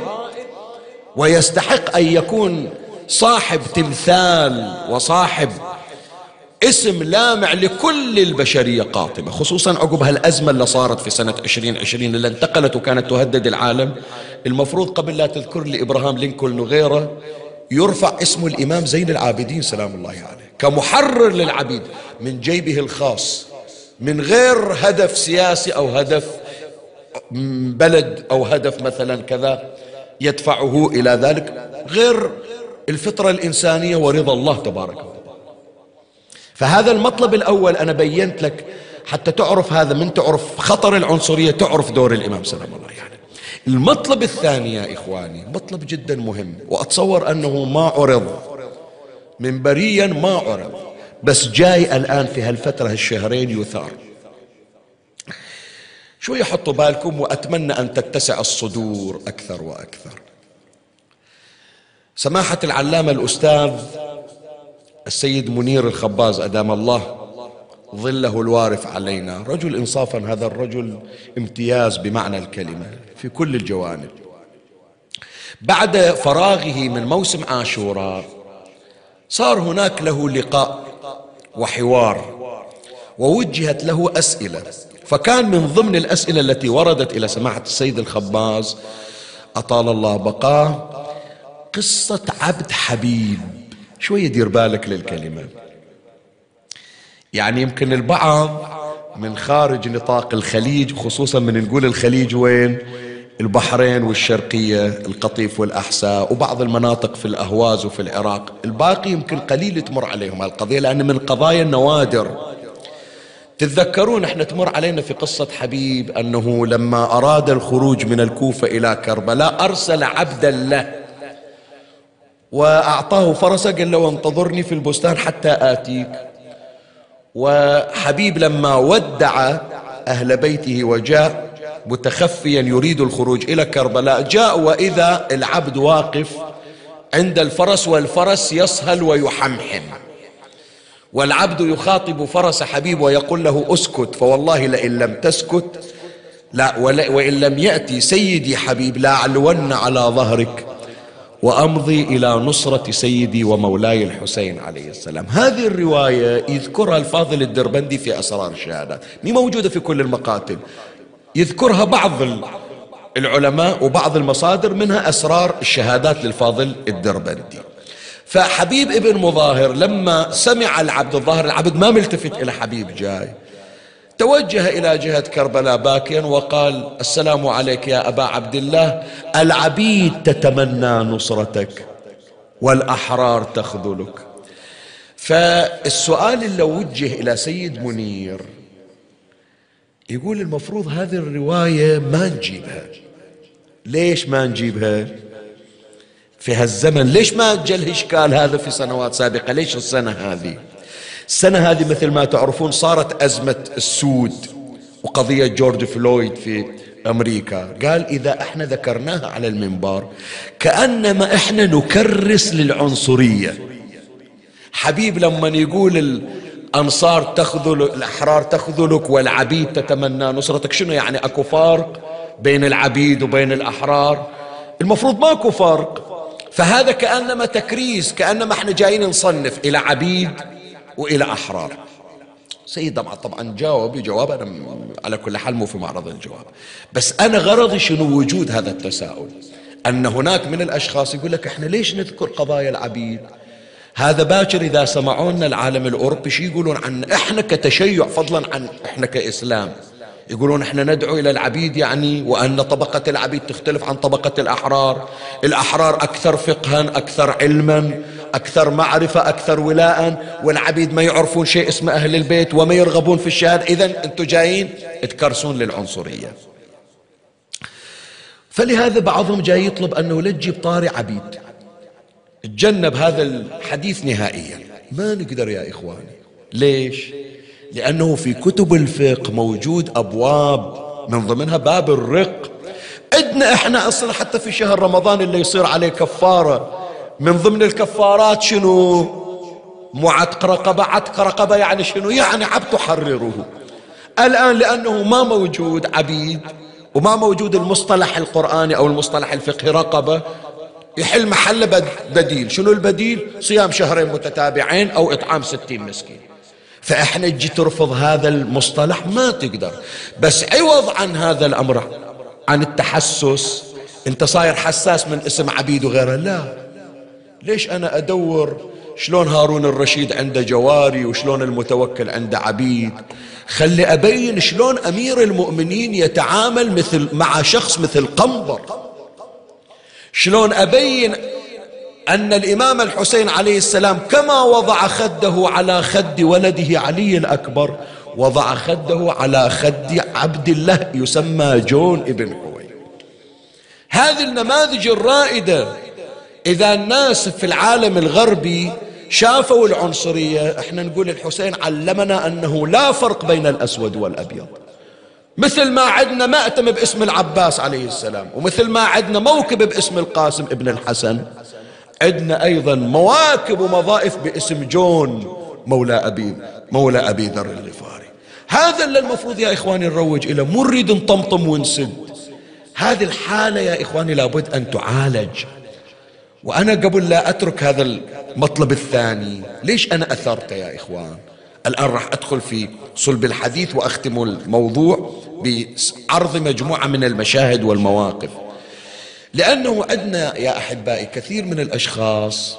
ويستحق أن يكون صاحب تمثال وصاحب اسم لامع لكل البشرية قاطبة، خصوصا عقب هالأزمة اللي صارت في سنة 2020 اللي انتقلت وكانت تهدد العالم. المفروض قبل لا تذكر لي إبراهام لينكولن وغيره يرفع اسم الإمام زين العابدين سلام الله عليه كمحرر للعبيد من جيبه الخاص، من غير هدف سياسي أو هدف بلد أو هدف مثلا كذا يدفعه إلى ذلك، غير الفطرة الإنسانية ورضا الله تبارك وتعالى. فهذا المطلب الأول أنا بينت لك حتى تعرف هذا، من تعرف خطر العنصرية تعرف دور الإمام سلام الله عليه. المطلب الثاني يا إخواني مطلب جدا مهم، وأتصور أنه ما عرض منبريا، ما عرض، بس جاي الآن في هالفترة هالشهرين يثار. شوي حطوا بالكم وأتمنى أن تتسع الصدور أكثر وأكثر. سماحة العلامة الأستاذ السيد منير الخباز أدام الله ظله الوارف علينا، رجل إنصافا، هذا الرجل امتياز بمعنى الكلمة في كل الجوانب. بعد فراغه من موسم عاشوراء صار هناك له لقاء وحوار ووجهت له أسئلة، فكان من ضمن الأسئلة التي وردت إلى سماحة السيد الخباز أطال الله بقاه قصة عبد حبيب. شوية دير بالك للكلمة، يعني يمكن البعض من خارج نطاق الخليج، خصوصا من نقول الخليج وين؟ البحرين والشرقية، القطيف والأحساء وبعض المناطق في الأهواز وفي العراق، الباقي يمكن قليل تمر عليهم هالقضية لأن من القضايا النوادر. تتذكرون احنا تمر علينا في قصة حبيب أنه لما أراد الخروج من الكوفة إلى كربلاء أرسل عبدا له وأعطاه فرسه، قال له انتظرني في البستان حتى آتيك. وحبيب لما ودع أهل بيته وجاء متخفيا يريد الخروج إلى كربلاء، جاء وإذا العبد واقف عند الفرس والفرس يصهل ويحمحم، والعبد يخاطب فرس حبيب ويقول له اسكت، فوالله لئن لم تسكت لا وإن لم يأتي سيدي حبيب لأعلون على ظهرك وأمضي إلى نصرة سيدي ومولاي الحسين عليه السلام. هذه الرواية يذكرها الفاضل الدربندي في أسرار الشهادات، مي موجودة في كل المقاتل، يذكرها بعض العلماء وبعض المصادر، منها أسرار الشهادات للفاضل الدربندي. فحبيب ابن مظاهر لما سمع العبد، الظاهر العبد ما ملتفت إلى حبيب جاي، توجه إلى جهة كربلاء باكيا وقال: السلام عليك يا أبا عبد الله، العبيد تتمنى نصرتك والأحرار تخذلك. فالسؤال اللي وجه إلى سيد منير يقول المفروض هذه الرواية ما نجيبها. ليش ما نجيبها في هالزمن؟ ليش ما جاء الإشكال هذا في سنوات سابقة؟ ليش السنة هذه؟ السنة هذه مثل ما تعرفون صارت أزمة السود وقضية جورج فلويد في أمريكا. قال إذا احنا ذكرناها على المنبر كأنما احنا نكرس للعنصرية. حبيب لما يقول الأنصار تخذل، الأحرار تخذلك والعبيد تتمنى نصرتك، شنو يعني؟ أكو فرق بين العبيد وبين الأحرار؟ المفروض ماكو فرق. فهذا كأنما تكريس، كأنما احنا جايين نصنف إلى عبيد وإلى أحرار. سيد طبعا جاوب جواب، أنا على كل حال مو في معرض الجواب، بس أنا غرضي شنو؟ وجود هذا التساؤل، أن هناك من الأشخاص يقول لك إحنا ليش نذكر قضايا العبيد؟ هذا باكر إذا سمعونا العالم الأوروبي شي يقولون عن إحنا كتشيع، فضلا عن إحنا كإسلام، يقولون إحنا ندعو إلى العبيد يعني، وأن طبقة العبيد تختلف عن طبقة الأحرار. الأحرار أكثر فقها، أكثر علما، أكثر معرفة، أكثر ولاء، والعبيد ما يعرفون شيء اسمه أهل البيت وما يرغبون في الشهادة. إذن أنتم جايين تكرسون للعنصرية. فلهذا بعضهم جاي يطلب أنه لا تجيب طاري عبيد، تجنب هذا الحديث نهائيا. ما نقدر يا إخواني. ليش؟ لأنه في كتب الفقه موجود أبواب، من ضمنها باب الرق. عندنا إحنا أصلا حتى في شهر رمضان اللي يصير عليه كفارة، من ضمن الكفارات شنو؟ معتق رقبة. عتق رقبة يعني شنو؟ يعني عبد تحرره. الآن لأنه ما موجود عبيد وما موجود المصطلح القرآني أو المصطلح الفقهي رقبة، يحل محل بديل. شنو البديل؟ صيام شهرين متتابعين أو إطعام 60 مسكين. فإحنا تجي ترفض هذا المصطلح ما تقدر. بس عوض عن هذا الأمر، عن التحسس، انت صاير حساس من اسم عبيد وغيره. لا، ليش أنا أدور شلون هارون الرشيد عنده جواري وشلون المتوكل عنده عبيد؟ خلي أبين شلون أمير المؤمنين يتعامل مع شخص مثل قنبر. شلون أبين أن الإمام الحسين عليه السلام كما وضع خده على خد ولده علي الأكبر، وضع خده على خد عبد الله يسمى جون ابن حوي. هذه النماذج الرائدة. إذا الناس في العالم الغربي شافوا العنصرية، احنا نقول الحسين علمنا أنه لا فرق بين الأسود والأبيض. مثل ما عندنا مأتم باسم العباس عليه السلام، ومثل ما عندنا موكب باسم القاسم ابن الحسن، عندنا أيضا مواكب ومضائف باسم جون مولى أبي ذر الغفاري. هذا اللي المفروض يا إخواني نروج إلى، مو نريد نطمطم ونسد. هذه الحالة يا إخواني لابد أن تعالج. وأنا قبل لا أترك هذا المطلب الثاني، ليش أنا أثرت يا إخوان؟ الآن راح أدخل في صلب الحديث وأختم الموضوع بعرض مجموعة من المشاهد والمواقف. لأنه عندنا يا أحبائي كثير من الأشخاص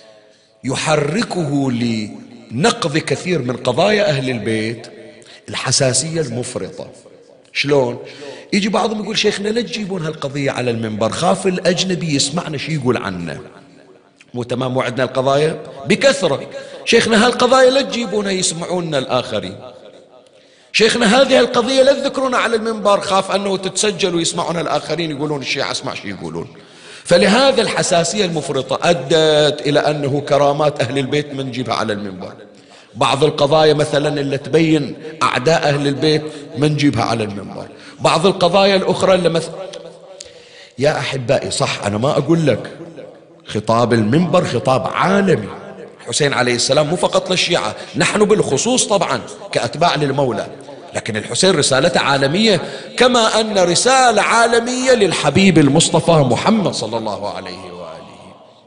يحركه لنقض كثير من قضايا أهل البيت الحساسية المفرطة. شلون؟ يجي بعضهم يقول شيخنا لا تجيبون هالقضية على المنبر، خاف الأجنبي يسمعنا شي يقول عنه. مو تمام؟ وعدنا القضايا بكثرة. شيخنا هالقضايا لا تجيبونها يسمعوننا الآخرين. شيخنا هذه القضية لا تذكرونها على المنبر، خاف أنه تتسجل ويسمعونها الآخرين يقولون الشيعة اسمع شي يقولون. فلهذا الحساسية المفرطة أدت إلى أنه كرامات أهل البيت ما نجيبها على المنبر. بعض القضايا مثلا اللي تبين أعداء أهل البيت ما نجيبها على المنبر. بعض القضايا الأخرى اللي مثلا يا أحبائي صح، أنا ما أقول لك خطاب المنبر خطاب عالمي. الحسين عليه السلام مو فقط للشيعة، نحن بالخصوص طبعا كأتباع للمولى، لكن الحسين رسالته عالمية، كما أن رسالة عالمية للحبيب المصطفى محمد صلى الله عليه وآله.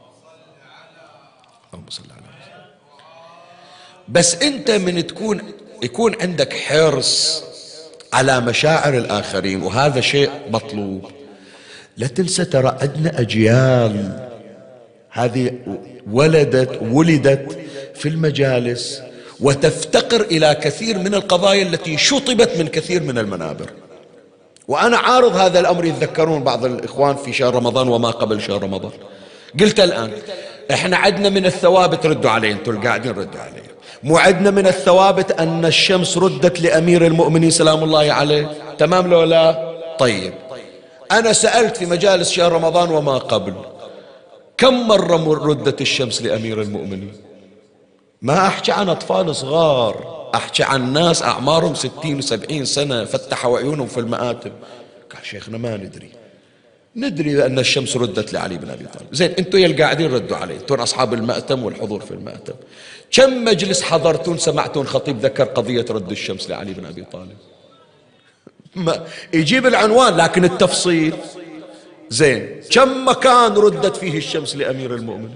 اللهم صل على محمد. بس أنت من يكون عندك حرص على مشاعر الآخرين، وهذا شيء مطلوب. لا تنسى ترى عندنا أجيال هذه ولدت في المجالس وتفتقر إلى كثير من القضايا التي شطبت من كثير من المنابر. وأنا عارض هذا الأمر، يتذكرون بعض الإخوان في شهر رمضان وما قبل شهر رمضان، قلت الآن إحنا عدنا من الثوابت، ردوا علي أنتم القاعدين ردوا علي، مو عدنا من الثوابت أن الشمس ردت لأمير المؤمنين سلام الله عليه، تمام لو لا؟ طيب أنا سألت في مجالس شهر رمضان وما قبل كم مرة ردت الشمس لأمير المؤمنين؟ ما أحكي عن أطفال صغار، أحكي عن ناس أعمارهم 60 و70 سنة فتحوا عيونهم في المآتم. قال شيخنا ما ندري بأن الشمس ردت لعلي بن أبي طالب. زين أنتوا يا القاعدين ردوا علي، أنتم أصحاب المأتم والحضور في المأتم، كم مجلس حضرتون سمعتون خطيب ذكر قضية رد الشمس لعلي بن أبي طالب؟ ما يجيب العنوان لكن التفصيل. زين كم مكان ردت فيه الشمس لأمير المؤمنين؟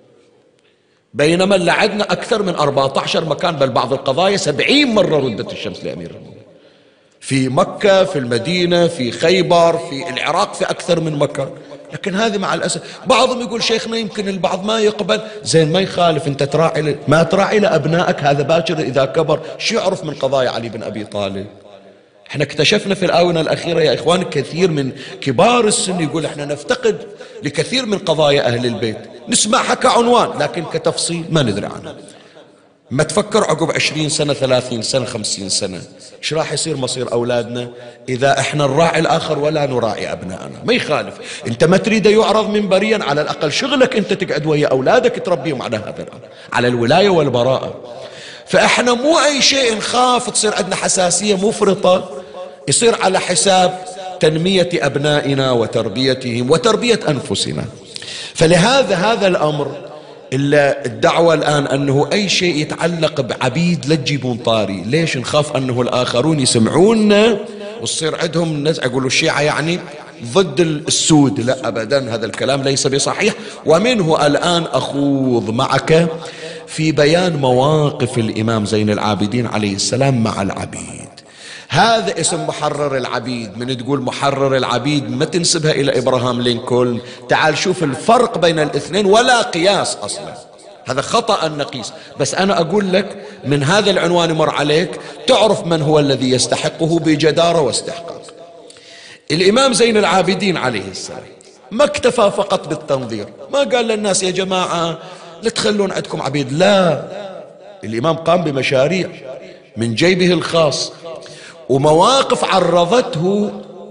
بينما اللي عندنا أكثر من 14 مكان، بل بعض القضايا 70 مرة ردت الشمس لأمير المؤمنين، في مكة، في المدينة، في خيبر، في العراق، في أكثر من مكان. لكن هذه مع الأسف بعضهم يقول شيخنا يمكن البعض ما يقبل. زين ما يخالف، أنت تراعي ما تراعي لأبنائك، هذا باكر إذا كبر شو يعرف من قضايا علي بن أبي طالب؟ احنا اكتشفنا في الآونة الأخيرة يا إخوان كثير من كبار السن يقول احنا نفتقد لكثير من قضايا أهل البيت، نسمعها كعنوان لكن كتفصيل ما ندري عنها. ما تفكر عقب 20 سنة 30 سنة 50 سنة ايش راح يصير مصير أولادنا إذا احنا نراعي الآخر ولا نراعي أبنائنا؟ ما يخالف، انت ما تريد يعرض منبريا، على الأقل شغلك انت تقعد ويا أولادك تربيهم على هذا الأمر، على الولاية والبراءة. فاحنا مو أي شيء نخاف تصير عندنا حساسية مفرطة يصير على حساب تنمية أبنائنا وتربيتهم وتربية أنفسنا. فلهذا هذا الأمر الدعوة الآن أنه أي شيء يتعلق بعبيد لا تجيبون طاري. ليش؟ نخاف أنه الآخرون يسمعونا وتصير عندهم نزعة، يقولوا الشيعة يعني ضد السود. لا أبدا، هذا الكلام ليس بصحيح. ومنه الآن أخوض معك في بيان مواقف الإمام زين العابدين عليه السلام مع العبيد. هذا اسم محرر العبيد، من تقول محرر العبيد ما تنسبها إلى إبراهام لينكولن. تعال شوف الفرق بين الاثنين ولا قياس أصلا، هذا خطأ النقيس. بس أنا أقول لك من هذا العنوان مر عليك تعرف من هو الذي يستحقه بجدارة واستحقاق. الإمام زين العابدين عليه السلام ما اكتفى فقط بالتنظير، ما قال للناس يا جماعة لا تخلون عندكم عبيد، لا، الإمام قام بمشاريع من جيبه الخاص ومواقف عرضته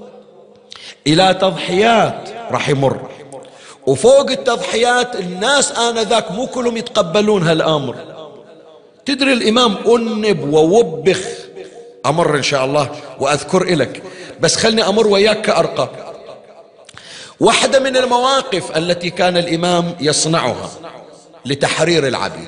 إلى تضحيات راح يمر، وفوق التضحيات الناس آنذاك مو كلهم يتقبلون هالأمر. تدري الإمام أنب ووبخ، أمر إن شاء الله وأذكر إلك، بس خلني أمر وياك كأرقام. واحدة من المواقف التي كان الإمام يصنعها لتحرير العبيد،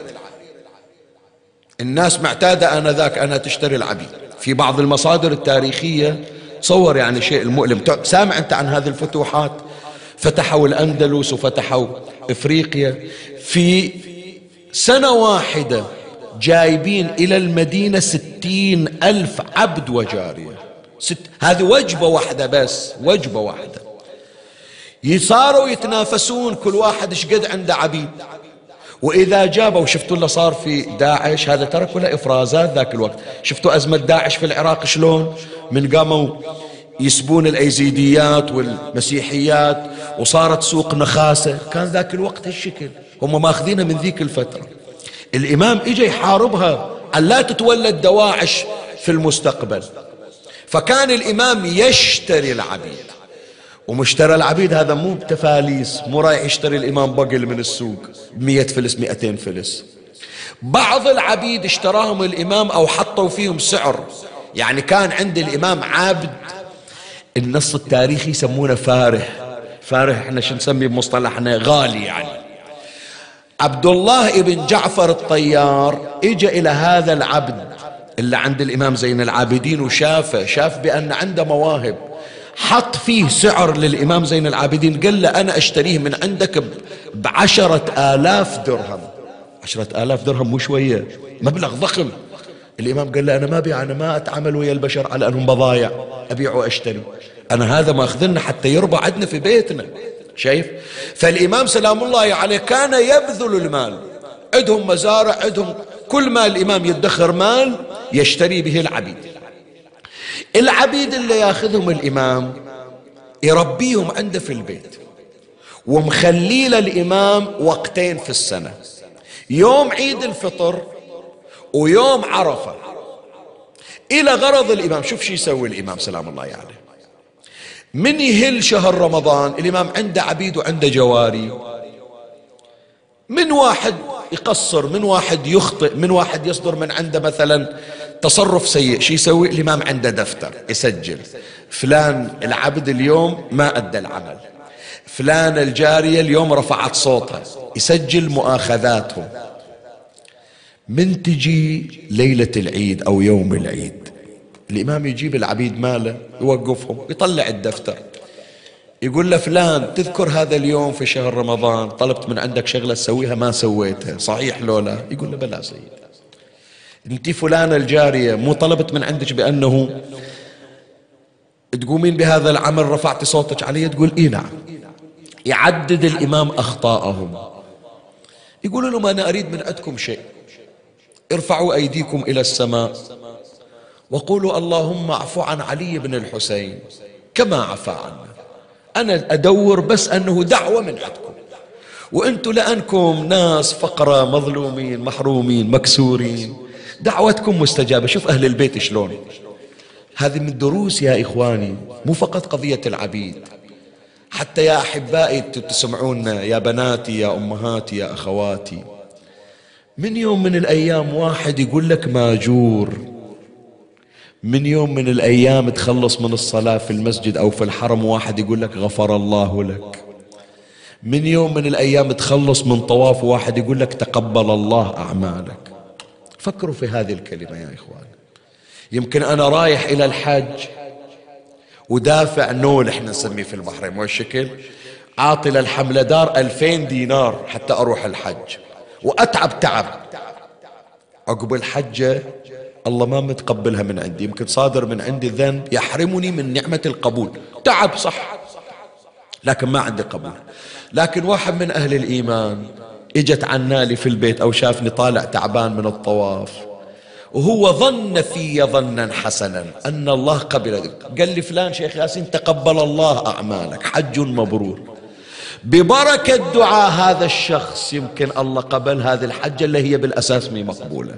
الناس معتادة آنذاك أنها تشتري العبيد. في بعض المصادر التاريخية تصور يعني شيء المؤلم، سامع أنت عن هذه الفتوحات؟ فتحوا الأندلس وفتحوا إفريقيا، في سنة واحدة جايبين إلى المدينة 60,000 عبد وجارية. هذه وجبة واحدة، بس وجبة واحدة. يصاروا يتنافسون كل واحد ايش قد عنده عبيد، وإذا جابوا، شفتوا اللي صار في داعش، هذا ترى كلها إفرازات ذاك الوقت. شفتوا أزمة داعش في العراق شلون من قاموا يسبون الأيزيديات والمسيحيات وصارت سوق نخاسة، كان ذاك الوقت هالشكل، هم ماخذينها من ذيك الفترة. الإمام إجا يحاربها أن لا تتولد دواعش في المستقبل، فكان الإمام يشتري العبيد. ومشترى العبيد هذا مو بتفاليس، مو رايح يشتري الإمام بقل من السوق 100 فلس 200 فلس. بعض العبيد اشتراهم الإمام أو حطوا فيهم سعر، يعني كان عند الإمام عبد النص التاريخي يسمونه فارح. فارح احنا شو نسميه بمصطلحنا؟ غالي يعني. عبد الله ابن جعفر الطيار اجى إلى هذا العبد اللي عند الإمام زين العابدين وشافه، شاف بأن عنده مواهب، حط فيه سعر للإمام زين العابدين، قال له أنا أشتريه من عندك ب10,000 درهم. 10,000 درهم مو شوية، مبلغ ضخم. الإمام قال له أنا ما أبيع، أنا ما أتعامل ويا البشر على أنهم بضايع، أبيع وأشتري، أنا هذا ماخذنا حتى يربى عندنا في بيتنا. شايف؟ فالإمام سلام الله عليه كان يبذل المال، عندهم مزارع، عندهم كل ما الإمام يدخر مال يشتري به العبيد. العبيد اللي ياخذهم الإمام يربيهم عنده في البيت، ومخلي للإمام وقتين في السنة، يوم عيد الفطر ويوم عرفة، إلى غرض الإمام. شوف شو يسوي الإمام سلام الله عليه. من يهل شهر رمضان الإمام عنده عبيد وعنده جواري، من واحد يقصر، من واحد يخطئ، من واحد يصدر من عنده مثلا تصرف سيء، شو يسوي الإمام؟ عنده دفتر يسجل فلان العبد اليوم ما أدى العمل، فلان الجارية اليوم رفعت صوتها، يسجل مؤاخذاتهم. من تجي ليلة العيد أو يوم العيد الإمام يجيب العبيد ماله يوقفهم، يطلع الدفتر، يقول له فلان تذكر هذا اليوم في شهر رمضان طلبت من عندك شغلة تسويها ما سويتها، صحيح لو لا؟ يقول له بلا سيد. انت فلانة الجارية مو طلبت من عندك بأنه تقومين بهذا العمل رفعت صوتك علي؟ تقول اي نعم. يعدد الإمام أخطاءهم، يقول لهم أنا أريد من عندكم شيء، ارفعوا أيديكم إلى السماء وقولوا اللهم اعف عن علي بن الحسين كما عفا عنا. أنا أدور بس أنه دعوة من عندكم، وأنتم لأنكم ناس فقراء مظلومين محرومين مكسورين، دعوتكم مستجابة. شوف أهل البيت شلون. هذه من الدروس يا إخواني، مو فقط قضية العبيد، حتى يا أحبائي تسمعونا، يا بناتي يا أمهاتي يا أخواتي، من يوم من الأيام واحد يقول لك ماجور، من يوم من الأيام تخلص من الصلاة في المسجد أو في الحرم واحد يقول لك غفر الله لك، من يوم من الأيام تخلص من طواف واحد يقول لك تقبل الله أعمالك. فكروا في هذه الكلمة يا إخوان. يمكن أنا رايح إلى الحج ودافع نول احنا نسميه في البحرين، مو الشكل، عاطي للحملة دار 2000 دينار حتى أروح الحج، وأتعب تعب عقب الحجة الله ما متقبلها من عندي، يمكن صادر من عندي ذنب يحرمني من نعمة القبول، تعب صح لكن ما عندي قبول. لكن واحد من أهل الإيمان اجت عنالي في البيت أو شافني طالع تعبان من الطواف، وهو ظن في ظنا حسنا أن الله قبل، قال لي فلان شيخ ياسين تقبل الله أعمالك، حج مبرور. ببركة دعاء هذا الشخص يمكن الله قبل هذه الحجة اللي هي بالأساس مي مقبولة،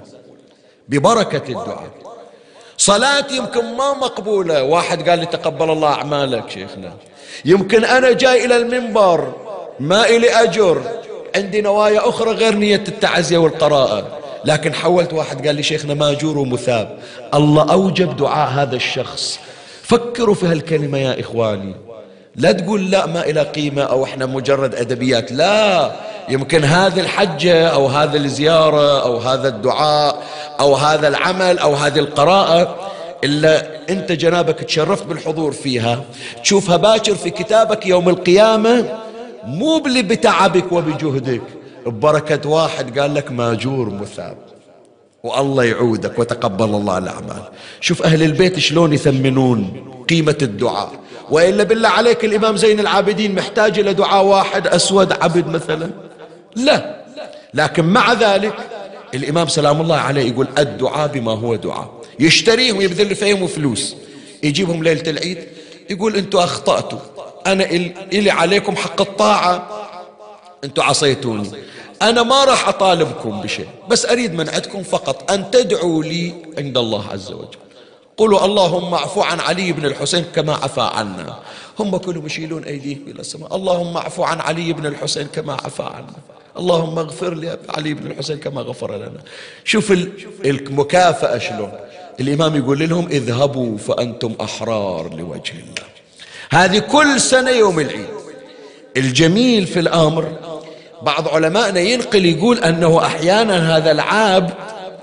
ببركة الدعاء. صلاة يمكن ما مقبولة، واحد قال لي تقبل الله أعمالك شيخنا، يمكن أنا جاي إلى المنبر ما إلي أجر، عندي نوايا أخرى غير نية التعزية والقراءة، لكن حولت واحد قال لي شيخنا ماجور ومثاب. الله أوجب دعاء هذا الشخص. فكروا في هالكلمة يا إخواني، لا تقول لا ما إلى قيمة أو إحنا مجرد أدبيات، لا، يمكن هذه الحجة أو هذه الزيارة أو هذا الدعاء أو هذا العمل أو هذه القراءة إلا أنت جنابك تشرفت بالحضور فيها، تشوفها باكر في كتابك يوم القيامة، مو بتعبك وبجهدك، ببركة واحد قال لك ماجور مثاب، والله يعودك وتقبل الله الأعمال. شوف أهل البيت شلون يثمنون قيمة الدعاء. وإلا بالله عليك الإمام زين العابدين محتاج إلى دعاء واحد أسود عبد مثلا؟ لا. لكن مع ذلك الإمام سلام الله عليه يقول الدعاء بما هو دعاء، يشتريهم يبذل فيهم فلوس، يجيبهم ليلة العيد يقول أنتوا أخطأتوا، أنا إلي عليكم حق الطاعة، أنتوا عصيتوني، أنا ما راح أطالبكم بشيء، بس أريد من عندكم فقط أن تدعوا لي عند الله عز وجل، قولوا اللهم اعفو عن علي بن الحسين كما عفا عنا. هم كلهم يشيلون أيديهم إلى السماء، اللهم اعفو عن علي بن الحسين كما عفا عنا، اللهم اغفر لعلي بن الحسين كما غفر لنا. شوف المكافأة شلون. الإمام يقول لهم اذهبوا فأنتم أحرار لوجه الله. هذه كل سنة يوم العيد. الجميل في الأمر بعض علمائنا ينقل يقول أنه أحيانا هذا العابد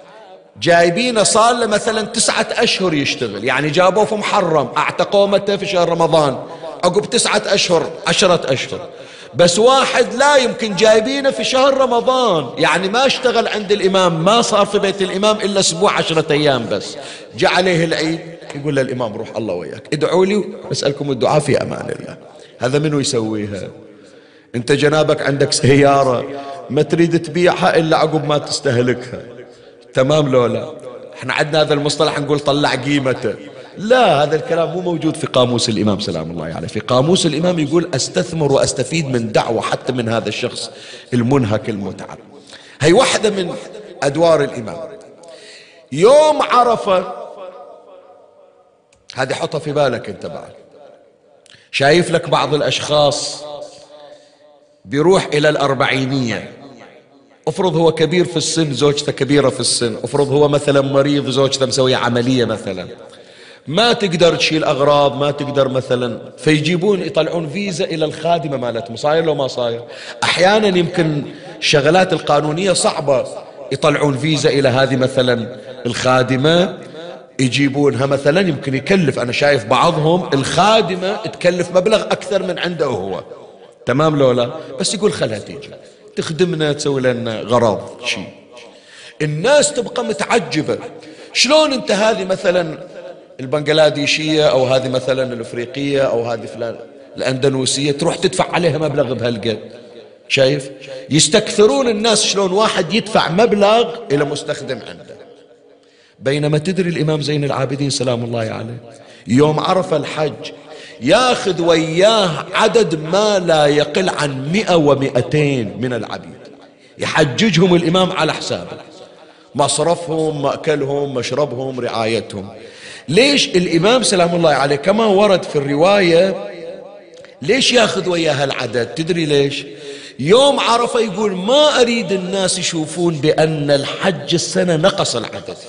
جايبينه صار له مثلا 9 أشهر يشتغل، يعني جابوه في محرم اعتقوه متى في شهر رمضان، عقب 9 أشهر 10 أشهر، بس واحد لا يمكن جايبينه في شهر رمضان، يعني ما اشتغل عند الإمام، ما صار في بيت الإمام إلا أسبوع 10 أيام بس، جاء عليه العيد يقول للإمام روح الله وياك ادعوا لي واسألكم الدعاء في أمان الله. هذا منو يسويها؟ انت جنابك عندك سيارة ما تريد تبيعها إلا عقب ما تستهلكها، تمام لو لا؟ احنا عندنا هذا المصطلح نقول طلع قيمته. لا، هذا الكلام مو موجود في قاموس الإمام سلام الله عليه. في قاموس الإمام يقول أستثمر وأستفيد من دعوة حتى من هذا الشخص المنهك المتعب. هي واحدة من أدوار الإمام. يوم عرفة هذه حطها في بالك انت بعد. شايف لك بعض الأشخاص بيروح إلى الأربعينية، افرض هو كبير في السن، زوجته كبيرة في السن، افرض هو مثلا مريض، زوجته مسوية عملية مثلا، ما تقدر تشيل أغراض، ما تقدر مثلا، فيجيبون يطلعون فيزا إلى الخادمة مالتهم. صاير لو ما صاير؟ أحيانا يمكن الشغلات القانونية صعبة، يطلعون فيزا إلى هذه مثلا الخادمة، يجيبونها مثلا، يمكن يكلف، أنا شايف بعضهم الخادمة تكلف مبلغ أكثر من عنده هو. تمام لو لا؟ بس يقول خلها تيجي تخدمنا، تسوي لنا غراض شيء. الناس تبقى متعجبة، شلون انت هذه مثلا البنغلاديشية أو هذه مثلا الأفريقية أو هذه فلان الأندونيسية تروح تدفع عليها مبلغ بهالقد؟ شايف؟ يستكثرون الناس شلون واحد يدفع مبلغ إلى مستخدم عنده. بينما تدري الإمام زين العابدين سلام الله عليه يوم عرف الحج ياخذ وياه عدد ما لا يقل عن 100 و200 من العبيد، يحججهم الإمام على حسابه، مصرفهم، مأكلهم، مشربهم، رعايتهم. ليش الإمام سلام الله عليه كما ورد في الرواية ليش ياخذ وياه العدد؟ تدري ليش؟ يوم عرفة يقول ما أريد الناس يشوفون بأن الحج السنة نقص العدد.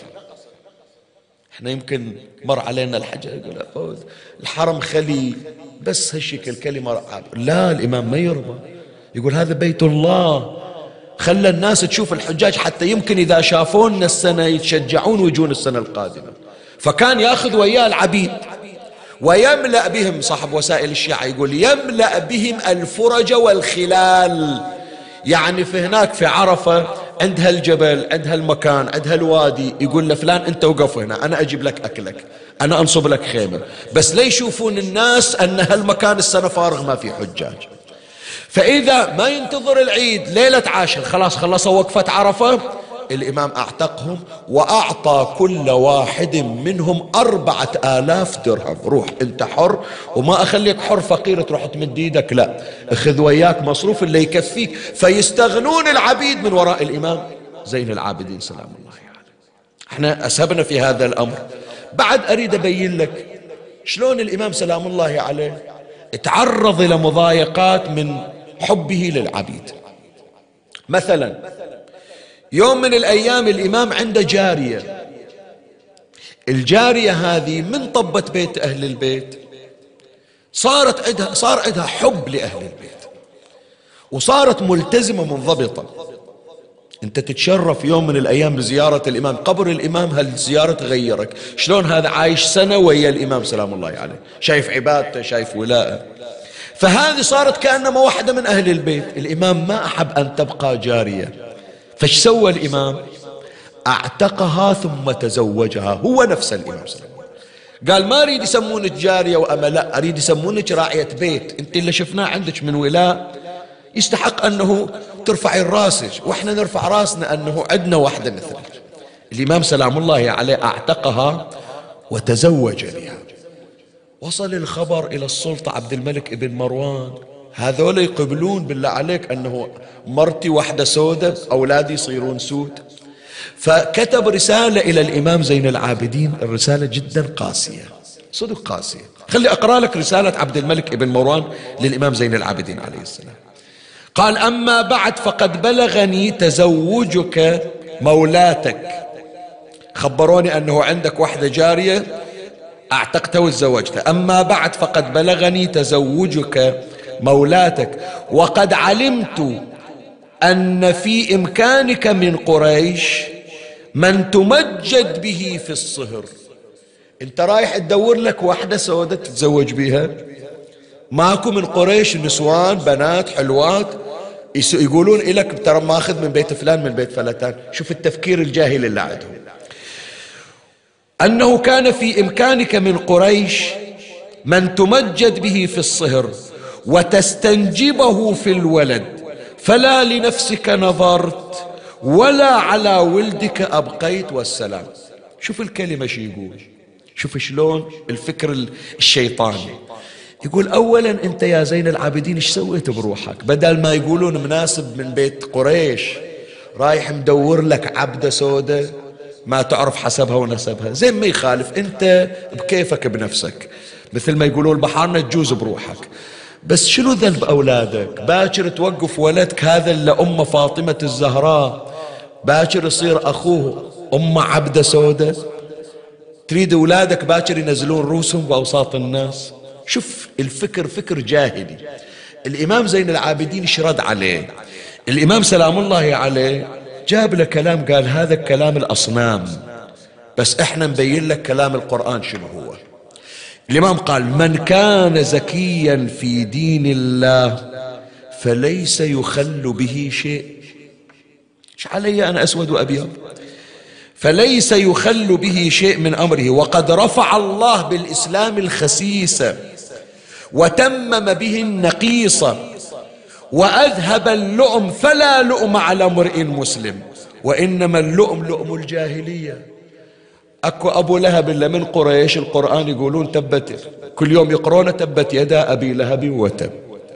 احنا يمكن مر علينا الحج يقول الحرم خلي، بس هالشكل كلمة. لا، الإمام ما يرضى، يقول هذا بيت الله، خلى الناس تشوف الحجاج حتى يمكن إذا شافونا السنة يتشجعون ويجون السنة القادمة. فكان ياخذ وياه العبيد ويملأ بهم، صاحب وسائل الشيعة يقول يملأ بهم الفرج والخلال. يعني في هناك في عرفة عند هالجبل، عند هالمكان، عند هالوادي، يقول لفلان انت وقف هنا، انا اجيب لك اكلك، انا انصب لك خيمة، بس لا يشوفون الناس ان هالمكان السنة فارغ ما في حجاج. فاذا ما ينتظر العيد ليلة عاشر خلاص خلصوا وقفة عرفة، الإمام أعتقهم وأعطى كل واحد منهم 4000 درهم. روح أنت حر، وما أخليك حر فقير تروح تمد إيدك، لا، اخذ وياك مصروف اللي يكفيك. فيستغنون العبيد من وراء الإمام زين العابدين سلام الله عليه. احنا أسهبنا في هذا الأمر. بعد أريد أبين لك شلون الإمام سلام الله عليه تعرض إلى مضايقات من حبه للعبيد. مثلا يوم من الأيام الإمام عنده جارية، الجارية هذه من طبة بيت أهل البيت صار عندها حب لأهل البيت، وصارت ملتزمة منضبطة. أنت تتشرف يوم من الأيام بزيارة الإمام، قبر الإمام، هالزيارة تغيرك. شلون هذا عايش سنة ويا الإمام سلام الله عليه، شايف عبادته، شايف ولاءه. فهذه صارت كأنما واحدة من أهل البيت. الإمام ما أحب أن تبقى جارية، فايش سوى الإمام؟ اعتقها ثم تزوجها هو نفس الإمام صلى الله عليه وسلم. قال ما أريد يسمونك جارية وأما، لا، أريد يسمونك راعية بيت. أنت اللي شفناه عندك من ولاء يستحق أنه ترفعي راسك، وإحنا نرفع راسنا أنه عندنا واحدة مثلك. الإمام سلام الله عليه اعتقها وتزوج بها. وصل الخبر إلى السلطة عبد الملك ابن مروان، هذول يقبلون بالله عليك أنه مرتي واحدة سودة، أولادي يصيرون سود. فكتب رسالة إلى الإمام زين العابدين، الرسالة جدا قاسية، صدق قاسية. خلي أقرأ لك رسالة عبد الملك ابن مروان للإمام زين العابدين عليه السلام. قال أما بعد فقد بلغني تزوجك مولاتك، خبروني أنه عندك واحدة جارية أعتقتها وتزوجتها. أما بعد فقد بلغني تزوجك مولاتك، وقد علمت أن في إمكانك من قريش من تمجد به في الصهر. أنت رايح تدور لك واحدة سودة تتزوج بها، ماكو من قريش نسوان بنات حلوات يقولون إلك ترى ماخذ من بيت فلان من بيت فلتان. شوف التفكير الجاهل اللي عندهم. أنه كان في إمكانك من قريش من تمجد به في الصهر وتستنجبه في الولد، فلا لنفسك نظرت ولا على ولدك أبقيت والسلام. شوف الكلمة شو يقول، شوف شلون الفكر الشيطاني. يقول أولا أنت يا زين العابدين إيش سويت بروحك؟ بدل ما يقولون مناسب من بيت قريش رايح مدور لك عبدة سودة ما تعرف حسبها ونسبها، زين ما يخالف، أنت بكيفك بنفسك، مثل ما يقولون البحارنا تجوز بروحك. بس شنو ذنب أولادك؟ باكر توقف ولدك هذا لأم فاطمة الزهراء، باكر يصير أخوه أم عبدة سودة؟ تريد أولادك باكر ينزلون رؤوسهم بأوساط الناس؟ شوف الفكر فكر جاهلي. الإمام زين العابدين شرد عليه، الإمام سلام الله عليه جاب له كلام، قال هذا كلام الأصنام، بس احنا نبين لك كلام القرآن شنو هو. الإمام قال من كان زكيا في دين الله فليس يخل به شيء. ايش علي أنا أسود وأبيض؟ فليس يخل به شيء من أمره، وقد رفع الله بالإسلام الخسيس وتمم به النقيص وأذهب اللؤم، فلا لؤم على امرئ مسلم، وإنما اللؤم لؤم الجاهلية. أكو أبو لهب إلا من قريش القرآن يقولون تبت، كل يوم يقرون تبت يدا أبي لهب وتب.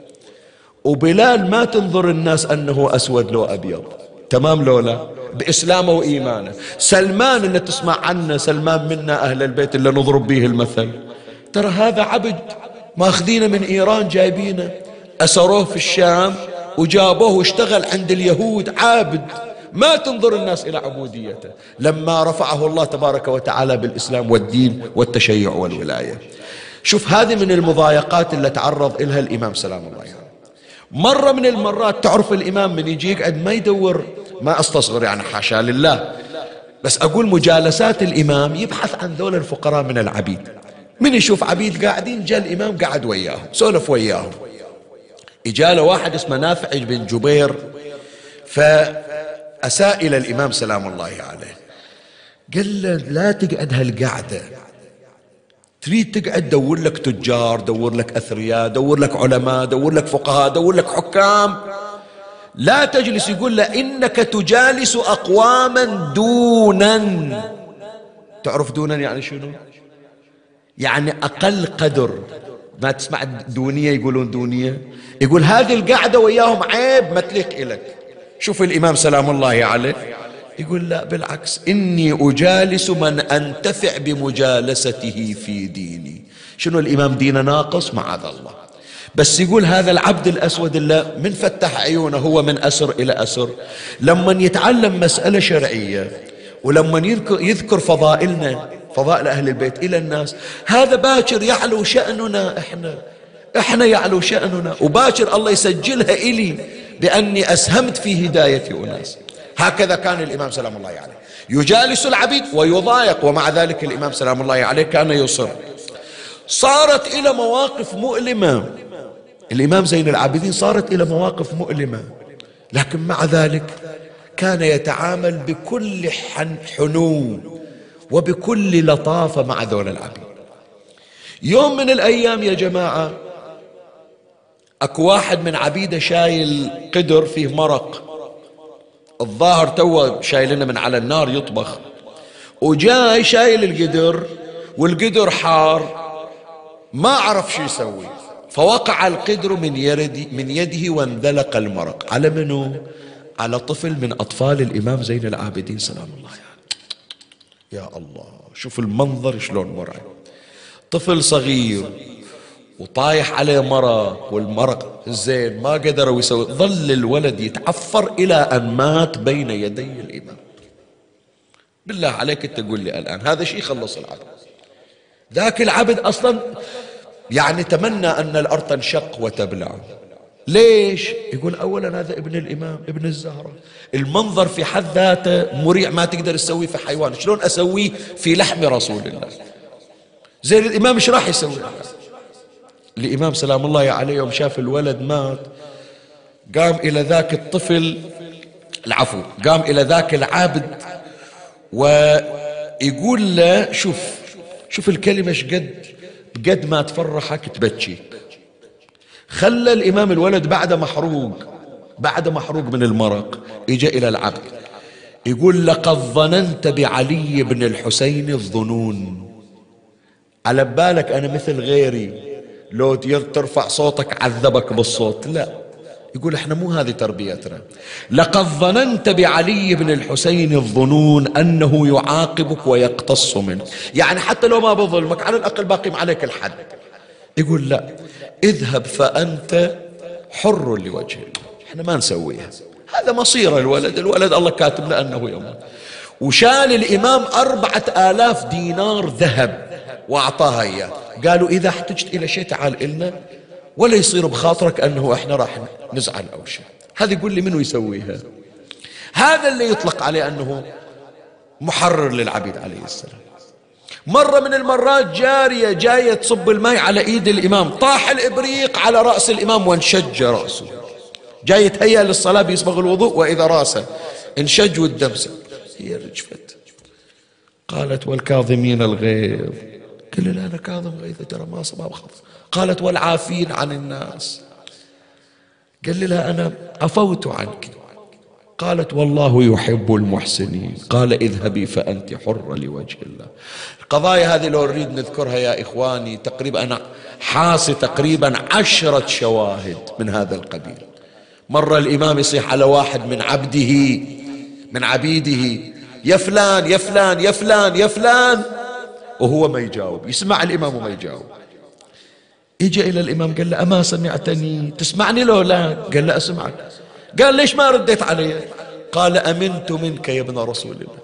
وبلال ما تنظر الناس أنه أسود لو أبيض، تمام لو لا، بإسلامه وإيمانه. سلمان اللي تسمع عنه، سلمان منا أهل البيت اللي نضرب به المثل، ترى هذا عبد ماخذينه من إيران، جايبينه أسروه في الشام وجابوه واشتغل عند اليهود عابد، ما تنظر الناس إلى عبوديته، لما رفعه الله تبارك وتعالى بالإسلام والدين والتشيع والولاية. شوف هذه من المضايقات اللي تعرض إلها الإمام سلام الله يعني. مرة من المرات تعرف الإمام من يجي يقعد ما يدور، ما أستصغر يعني حاشا لله، بس أقول مجالسات الإمام يبحث عن ذول الفقراء من العبيد، من يشوف عبيد قاعدين جاء الإمام قعد وياهم سولف وياهم. إجاله واحد اسمه نافع بن جبير فأساء إلى الإمام سلام الله عليه، قال له لا تقعد هالقعدة، تريد تقعد دور لك تجار، دور لك أثرياء، دور لك علماء، دور لك فقهاء، دور لك حكام، لا تجلس. يقول له إنك تجالس أقواما دونا. تعرف دونا يعني شنو؟ يعني أقل قدر، ما تسمع دونية يقولون دونية، يقول هذه القعدة وياهم عيب ما تليق إلك. شوف الإمام سلام الله عليه يقول لا بالعكس، إني أجالس من أنتفع بمجالسته في ديني. شنو الإمام دينه ناقص؟ معاذ الله. بس يقول هذا العبد الأسود اللي من فتح عيونه هو من أسر إلى أسر، لما يتعلم مسألة شرعية ولما يذكر فضائلنا، فضائل أهل البيت إلى الناس، هذا باكر يعلو شأننا، إحنا يعلو شأننا، وباكر الله يسجلها إلي بأني أسهمت في هداية أناس. هكذا كان الإمام سلام الله عليه يجالس العبيد ويضايق، ومع ذلك الإمام سلام الله عليه كان يصر. صارت إلى مواقف مؤلمة، الإمام زين العابدين صارت إلى مواقف مؤلمة، لكن مع ذلك كان يتعامل بكل حنو وبكل لطافة مع ذول العبيد. يوم من الأيام يا جماعة أكو واحد من عبيده شايل قدر فيه مرق، الظاهر تو شايلنا من على النار يطبخ، وجاي شايل القدر والقدر حار، ما عرف شو يسوي، فوقع القدر من يده واندلق المرق. على منو؟ على طفل من أطفال الإمام زين العابدين سلام الله عليه. يا الله شوف المنظر شلون مرعب، طفل صغير وطايح عليه مرق، والمرق زين ما قدروا يسوي، ظل الولد يتعفر إلى أن مات بين يدي الإمام. بالله عليك أنت تقول لي الآن هذا شيء يخلص العبد؟ ذاك العبد أصلا يعني تمنى أن الأرض تنشق وتبلع. ليش؟ يقول أولا هذا ابن الإمام ابن الزهرة، المنظر في حد ذاته مريع، ما تقدر تسويه في حيوان، شلون أسويه في لحم رسول الله؟ زين الإمام ايش راح يسوي؟ الإمام سلام الله عليه يوم شاف الولد مات قام إلى ذاك الطفل، العفو، قام إلى ذاك العابد ويقول له شوف الكلمة ايش قد ما تفرحك تبكي. خلى الإمام الولد بعد محروق من المرق، إجا إلى العبد يقول لقد ظننت بعلي بن الحسين الظنون، على بالك أنا مثل غيري لو ترفع صوتك عذبك بالصوت، لا. يقول احنا مو هذه تربيتنا. لقد ظننت بعلي بن الحسين الظنون أنه يعاقبك ويقتص منك، يعني حتى لو ما بظلمك على الأقل باقيم عليك الحد. يقول لا، اذهب فأنت حر لوجه الله. احنا ما نسويها، هذا مصير الولد الله كاتب له أنه يموت. وشال الإمام 4000 دينار ذهب وأعطاها إياه، قالوا إذا احتجت إلى شيء تعال إلنا، ولا يصير بخاطرك أنه إحنا راح نزعل أو شيء. هذا يقول لي منو يسويها؟ هذا اللي يطلق عليه أنه محرر للعبيد عليه السلام. مرة من المرات جارية جاية تصب الماء على إيد الإمام، طاح الإبريق على رأس الإمام وانشج رأسه، جاية تهيأ للصلاة بيصبغ الوضوء وإذا رأسه انشج والدم سل. هي رجفت، قالت والكاظمين الغيظ. قال لا أنا كاظم غيظ ترى ما صباب خطأ. قالت والعافين عن الناس. قال لها أنا عفوت عنك. قالت والله يحب المحسنين. قال اذهبي فأنت حرة لوجه الله. القضايا هذه لو نريد نذكرها يا إخواني تقريبا أنا حاصي تقريبا 10 شواهد من هذا القبيل. مرة الإمام يصيح على واحد من عبيده يا فلان يا فلان يا فلان يا فلان، وهو ما يجاوب، يسمع الإمام وما يجاوب. إجا إلى الإمام قال له أما سمعتني؟ تسمعني لو لا؟ قال له أسمعك. قال ليش ما رديت علي؟ قال أمنت منك يا ابن رسول الله.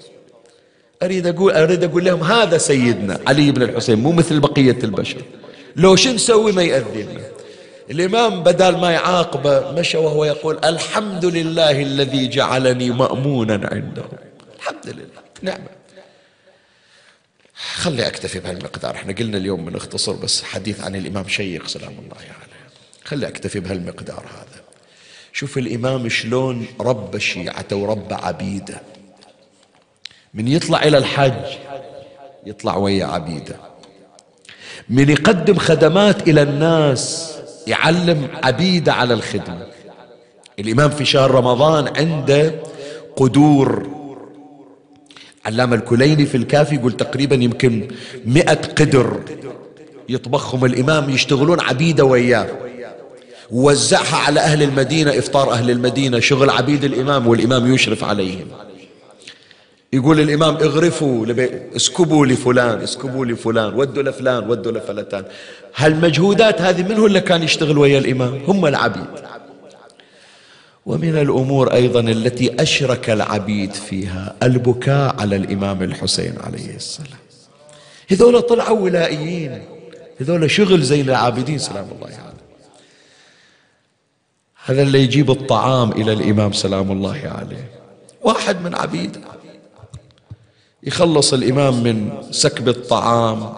أريد أقول لهم هذا سيدنا علي بن الحسين مو مثل بقية البشر، لو شو نسوي ما يأذينا. الإمام بدل ما يعاقبه مشى وهو يقول الحمد لله الذي جعلني مأمونا عنده. الحمد لله، نعمة. خلي أكتفي بهالمقدار، احنا قلنا اليوم بنختصر بس حديث عن الإمام شيق سلام الله عليه. خلي أكتفي بهالمقدار هذا. شوف الإمام شلون رب الشيعة ورب عبيده. من يطلع إلى الحج يطلع ويا عبيده، من يقدم خدمات إلى الناس يعلم عبيده على الخدمة. الإمام في شهر رمضان عنده قدور، علامة الكليني في الكافي يقول تقريبا يمكن 100 قدر يطبخهم الإمام، يشتغلون عبيده وياه، ووزعها على أهل المدينة، إفطار أهل المدينة، شغل عبيد الإمام والإمام يشرف عليهم. يقول الإمام اغرفوا اسكبوا لفلان اسكبوا لفلان، ودوا لفلان ودوا لفلتان. هالمجهودات هذه منه اللي كان يشتغل ويا الإمام؟ هم العبيد. ومن الأمور أيضا التي أشرك العبيد فيها البكاء على الإمام الحسين عليه السلام. هذول طلعوا ولائيين، هذول شغل زين العابدين سلام الله عليه. هذا اللي يجيب الطعام إلى الإمام سلام الله عليه. واحد من عبيد يخلص الإمام من سكب الطعام،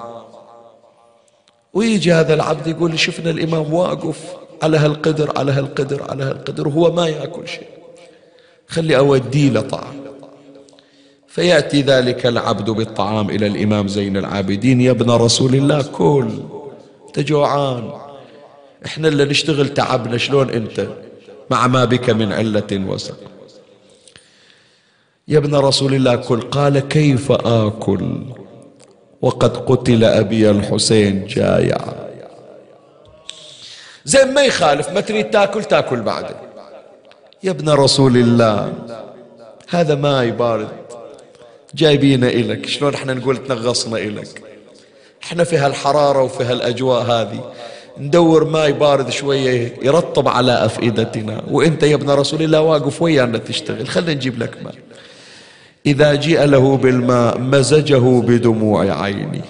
ويجي هذا العبد يقول شفنا الإمام واقف على هالقدر على هالقدر على هالقدر وهو ما يأكل شيء، خلي أودي له طعام. فيأتي ذلك العبد بالطعام إلى الإمام زين العابدين. يا ابن رسول الله كل، أنت جوعان، إحنا اللي نشتغل تعبنا، شلون أنت مع ما بك من علة وسقم؟ يا ابن رسول الله كل. قال كيف آكل وقد قتل أبي الحسين جايعا؟ زي ما يخالف، ما تريد تاكل تاكل بعده. يا ابن رسول الله هذا ماء بارد جايبينه إلك، شلون احنا نقول تنغصنا إلك؟ احنا في هالحرارة وفي هالأجواء هذه ندور ماء بارد شوية يرطب على أفئدتنا، وانت يا ابن رسول الله واقف ويانا تشتغل، خلينا نجيب لك ماء. إذا جيء له بالماء مزجه بدموع عيني.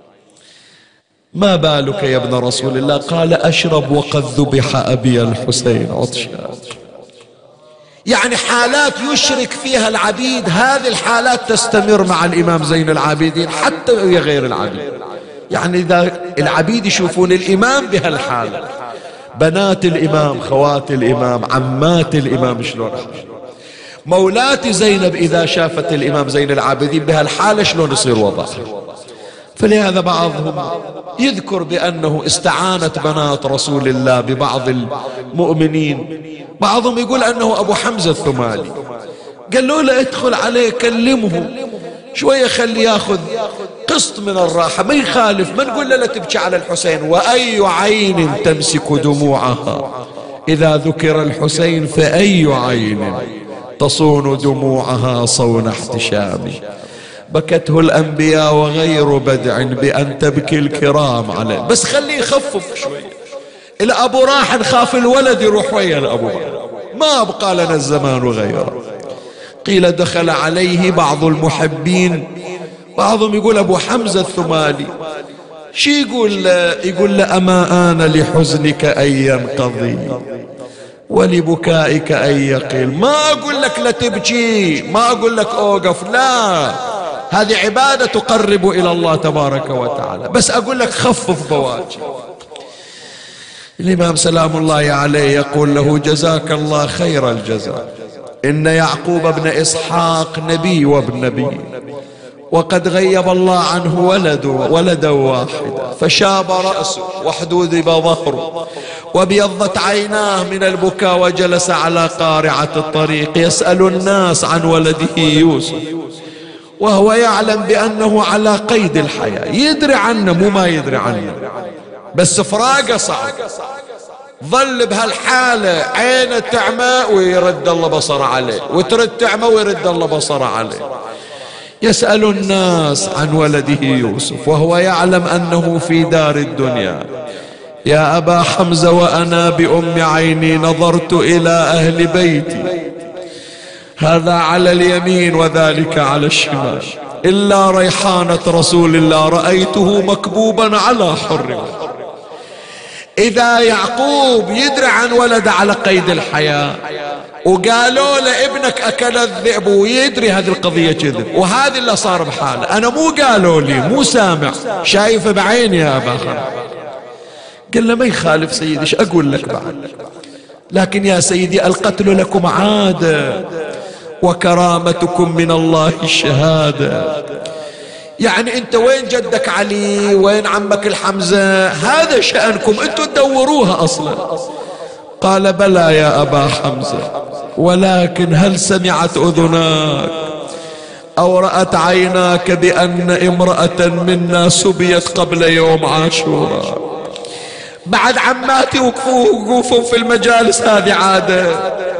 ما بالك يا ابن رسول الله؟ قال أشرب وقد ذبح أبي الحسين عطشا. يعني حالات يشرك فيها العبيد، هذه الحالات تستمر مع الإمام زين العابدين حتى ويا غير العبيد. يعني إذا العبيد يشوفون الإمام بهالحالة، بنات الإمام، خوات الإمام، عمات الإمام، شلون مولاتي زينب إذا شافت الإمام زين العابدين بهالحالة شلون يصير وضعها. فلهذا بعضهم يذكر بأنه استعانت بنات رسول الله ببعض المؤمنين، بعضهم يقول أنه أبو حمزة الثمالي، قالوا له ادخل عليه كلمه شوية، خلي ياخذ قسط من الراحة، ما يخالف، ما نقول له لا تبكي على الحسين. وأي عين تمسك دموعها إذا ذكر الحسين، فأي عين تصون دموعها صون احتشام. بكته الأنبياء وغير بدع بأن تبكي الكرام عليه. بس خليه يخفف شوية. الأبو راح نخاف الولد يروح ويا الأبو، ما أبقى لنا الزمان غيره. قيل دخل عليه بعض المحبين، بعضهم يقول أبو حمزة الثمالي، شي يقول له أما آن لحزنك أن ينقضي ولبكائك أن يقل. ما أقول لك لا تبكي، ما أقول لك أوقف، لا، هذه عبادة تقرب إلى الله تبارك وتعالى، بس أقول لك خفف بواجه. الإمام سلام الله عليه يقول له جزاك الله خير الجزاء، إن يعقوب بن إسحاق نبي وابن نبي، وقد غيب الله عنه ولدا واحدا، فشاب رأسه وحدودب ظهره وابيضت عيناه من البكاء، وجلس على قارعة الطريق يسأل الناس عن ولده يوسف، وهو يعلم بأنه على قيد الحياة. يدري عنه مو ما يدري عنه، بس فراقه صعب. ظل بهالحالة، عينه تعمى ويرد الله بصر عليه، وترد تعمى ويرد الله بصر عليه. يسأل الناس عن ولده يوسف وهو يعلم أنه في دار الدنيا. يا أبا حمزة وأنا بأم عيني نظرت إلى أهل بيتي، هذا على اليمين وذلك على الشمال، إلا ريحانة رسول الله رأيته مكبوبا على حر. إذا يعقوب يدري عن ولد على قيد الحياة وقالوا له ابنك أكل الذئب ويدري هذه القضية كذب، وهذا اللي صار بحاله، أنا مو قالوا لي، مو سامع، شايف بعيني يا أبا خالد. قال له ما يخالف سيدي، ايش أقول لك بعد، لكن يا سيدي القتل لكم عادة وكرامتكم من الله الشهادة. يعني انت وين جدك علي، وين عمك الحمزة، هذا شأنكم انتوا تدوروها اصلا. قال بلى يا أبا حمزة، ولكن هل سمعت أذناك أو رأت عيناك بأن امرأة منا سبيت قبل يوم عاشوراء؟ بعد عماتي وقوفوا في المجالس، هذه عادة.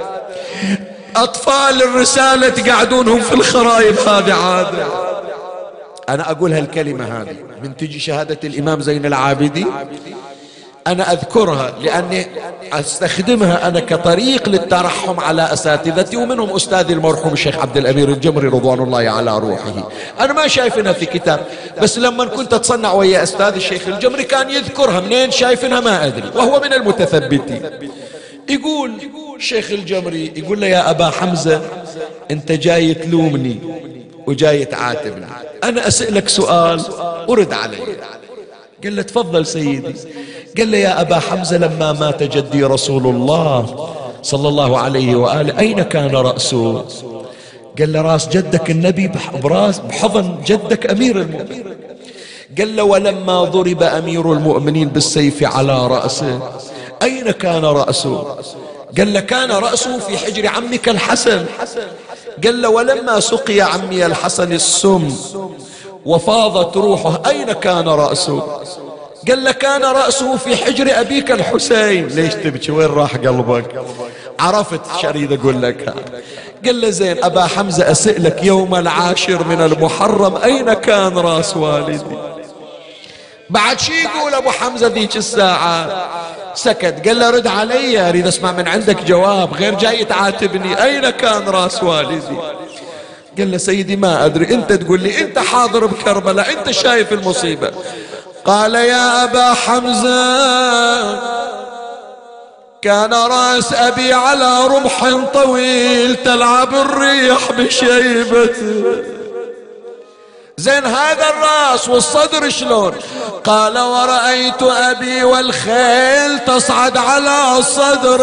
أطفال الرسالة تقعدونهم في الخرايب، هذه عادة. أنا أقول هالكلمة هذه من تجي شهادة الإمام زين العابدين، أنا أذكرها لأني أستخدمها أنا كطريق للترحم على أساتذتي، ومنهم أستاذي المرحوم الشيخ عبد الأمير الجمري رضوان الله على روحه. أنا ما شايفنها في كتاب، بس لما كنت أتصنع ويا أستاذ الشيخ الجمري كان يذكرها، منين شايفنها ما أدري، وهو من المتثبتين. يقول الشيخ الجمري يقول له يا أبا حمزة أنت جاي تلومني وجاي تعاتبني، أنا أسألك سؤال ورد علي. قال له تفضل سيدي. قال له يا أبا حمزة لما مات جدي رسول الله صلى الله عليه وآله أين كان رأسه؟ قال له راس جدك النبي بحضن جدك أمير المؤمنين. قال له ولما ضرب أمير المؤمنين بالسيف على رأسه أين كان رأسه؟ قال له كان رأسه في حجر عمك الحسن. قال له ولما سقي عمي الحسن السم وفاضت روحه أين كان رأسه؟ قال له كان رأسه في حجر أبيك الحسين. ليش تبكي، وين راح قلبك؟ عرفت شريد أقول لك. قال له زين أبا حمزة أسألك يوم 10 من المحرم أين كان رأس والدي؟ بعد شي يقول أبو حمزة ذيك الساعة؟ سكت. قال له رد علي، أريد أسمع من عندك جواب، غير جاي تعاتبني، أين كان رأس والدي؟ قال له سيدي ما أدري، أنت تقول لي، أنت حاضر بكربلاء، أنت شايف المصيبة. قال يا أبا حمزة كان رأس أبي على رمح طويل تلعب الريح بشيبته. زين هذا الرأس والصدر شلون؟ قال ورأيت أبي والخيل تصعد على الصدر،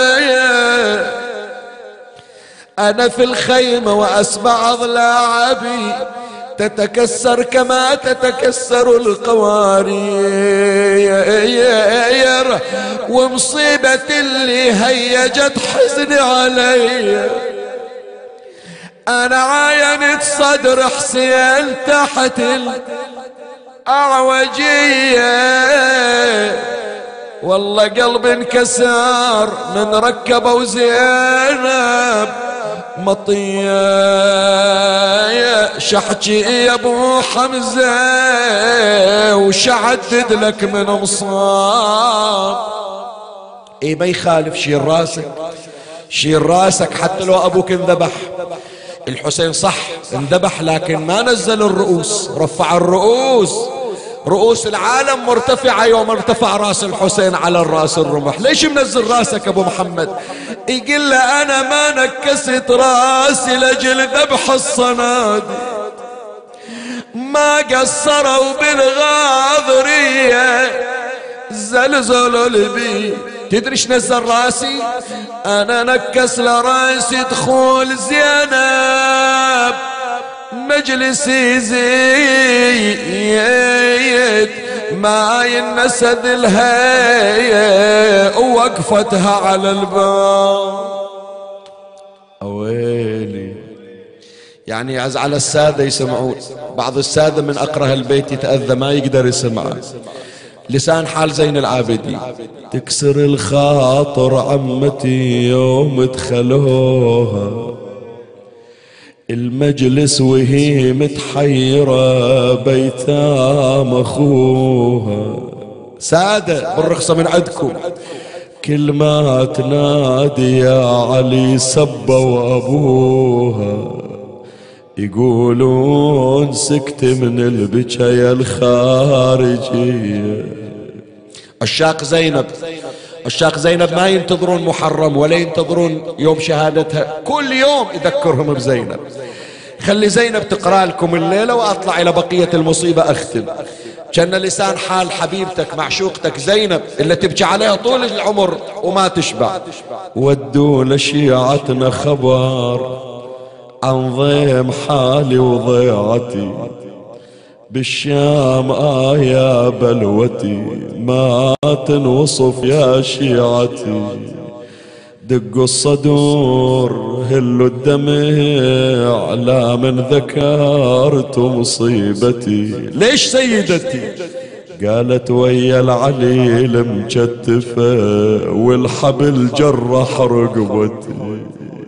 أنا في الخيمة وأسمع أضلاع أبي تتكسر كما تتكسر القوارير، ومصيبة اللي هيجت حزني علي انا عاينت صدر حسين تحت الاعوجية، والله قلبي انكسر من ركبوا زينب مطية. شحكي يا ابو حمزة وشعدد لك من مصاب. اي ما يخالف، شيل راسك، شيل راسك حتى لو ابوك انذبح. الحسين صح انذبح لكن ما نزل الرؤوس، رفع الرؤوس. رؤوس العالم مرتفعة يوم ارتفع راس الحسين على الراس الرمح. ليش منزل راسك ابو محمد؟ يقول له انا ما نكست راسي لاجل ذبح الصناديد، ما قصروا بالغاضرية زلزلوا البيت. تدري ايش نزل راسي؟ انا نكس لراسي دخول زينب مجلسي زيد ما ينسد الهيئة ووقفتها على الباب. اويلي يعني يعز على السادة يسمعون. بعض السادة من أقرأ البيت يتأذى ما يقدر يسمعه. لسان حال زين العابدين: تكسر الخاطر عمتي يوم دخلوها المجلس وهي متحيرة بيتام أخوها. سادة بالرخصة من عندكم، كل ما تنادي يا علي سبوا أبوها، يقولون سكت من البكايا الخارجية. عشاق زينب، عشاق زينب ما ينتظرون محرم ولا ينتظرون يوم شهادتها، كل يوم يذكرهم بزينب. خلي زينب تقرأ لكم الليلة وأطلع إلى بقية المصيبة أختم. كان لسان حال حبيبتك معشوقتك زينب اللي تبكي عليها طول العمر وما تشبع. ودوا لشيعتنا خبر عن ضيم حالي وضيعتي بالشام يا بلوتي، ما تنوصف يا شيعتي. دقوا الصدور هلوا الدمع لا من ذكرت مصيبتي. ليش سيدتي؟ قالت ويا العلي المجتفة والحبل جرح رقبتي.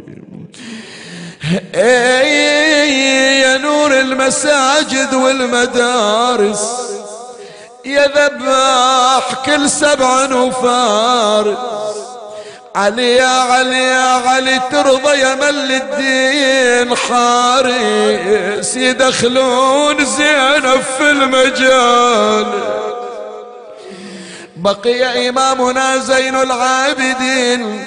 يا نور المساجد والمدارس، يا ذباح كل 7 وفارس، علي يا علي يا علي ترضى يا مل الدين حارس، يدخلون زينب في المجال. بقي إمامنا زين العابدين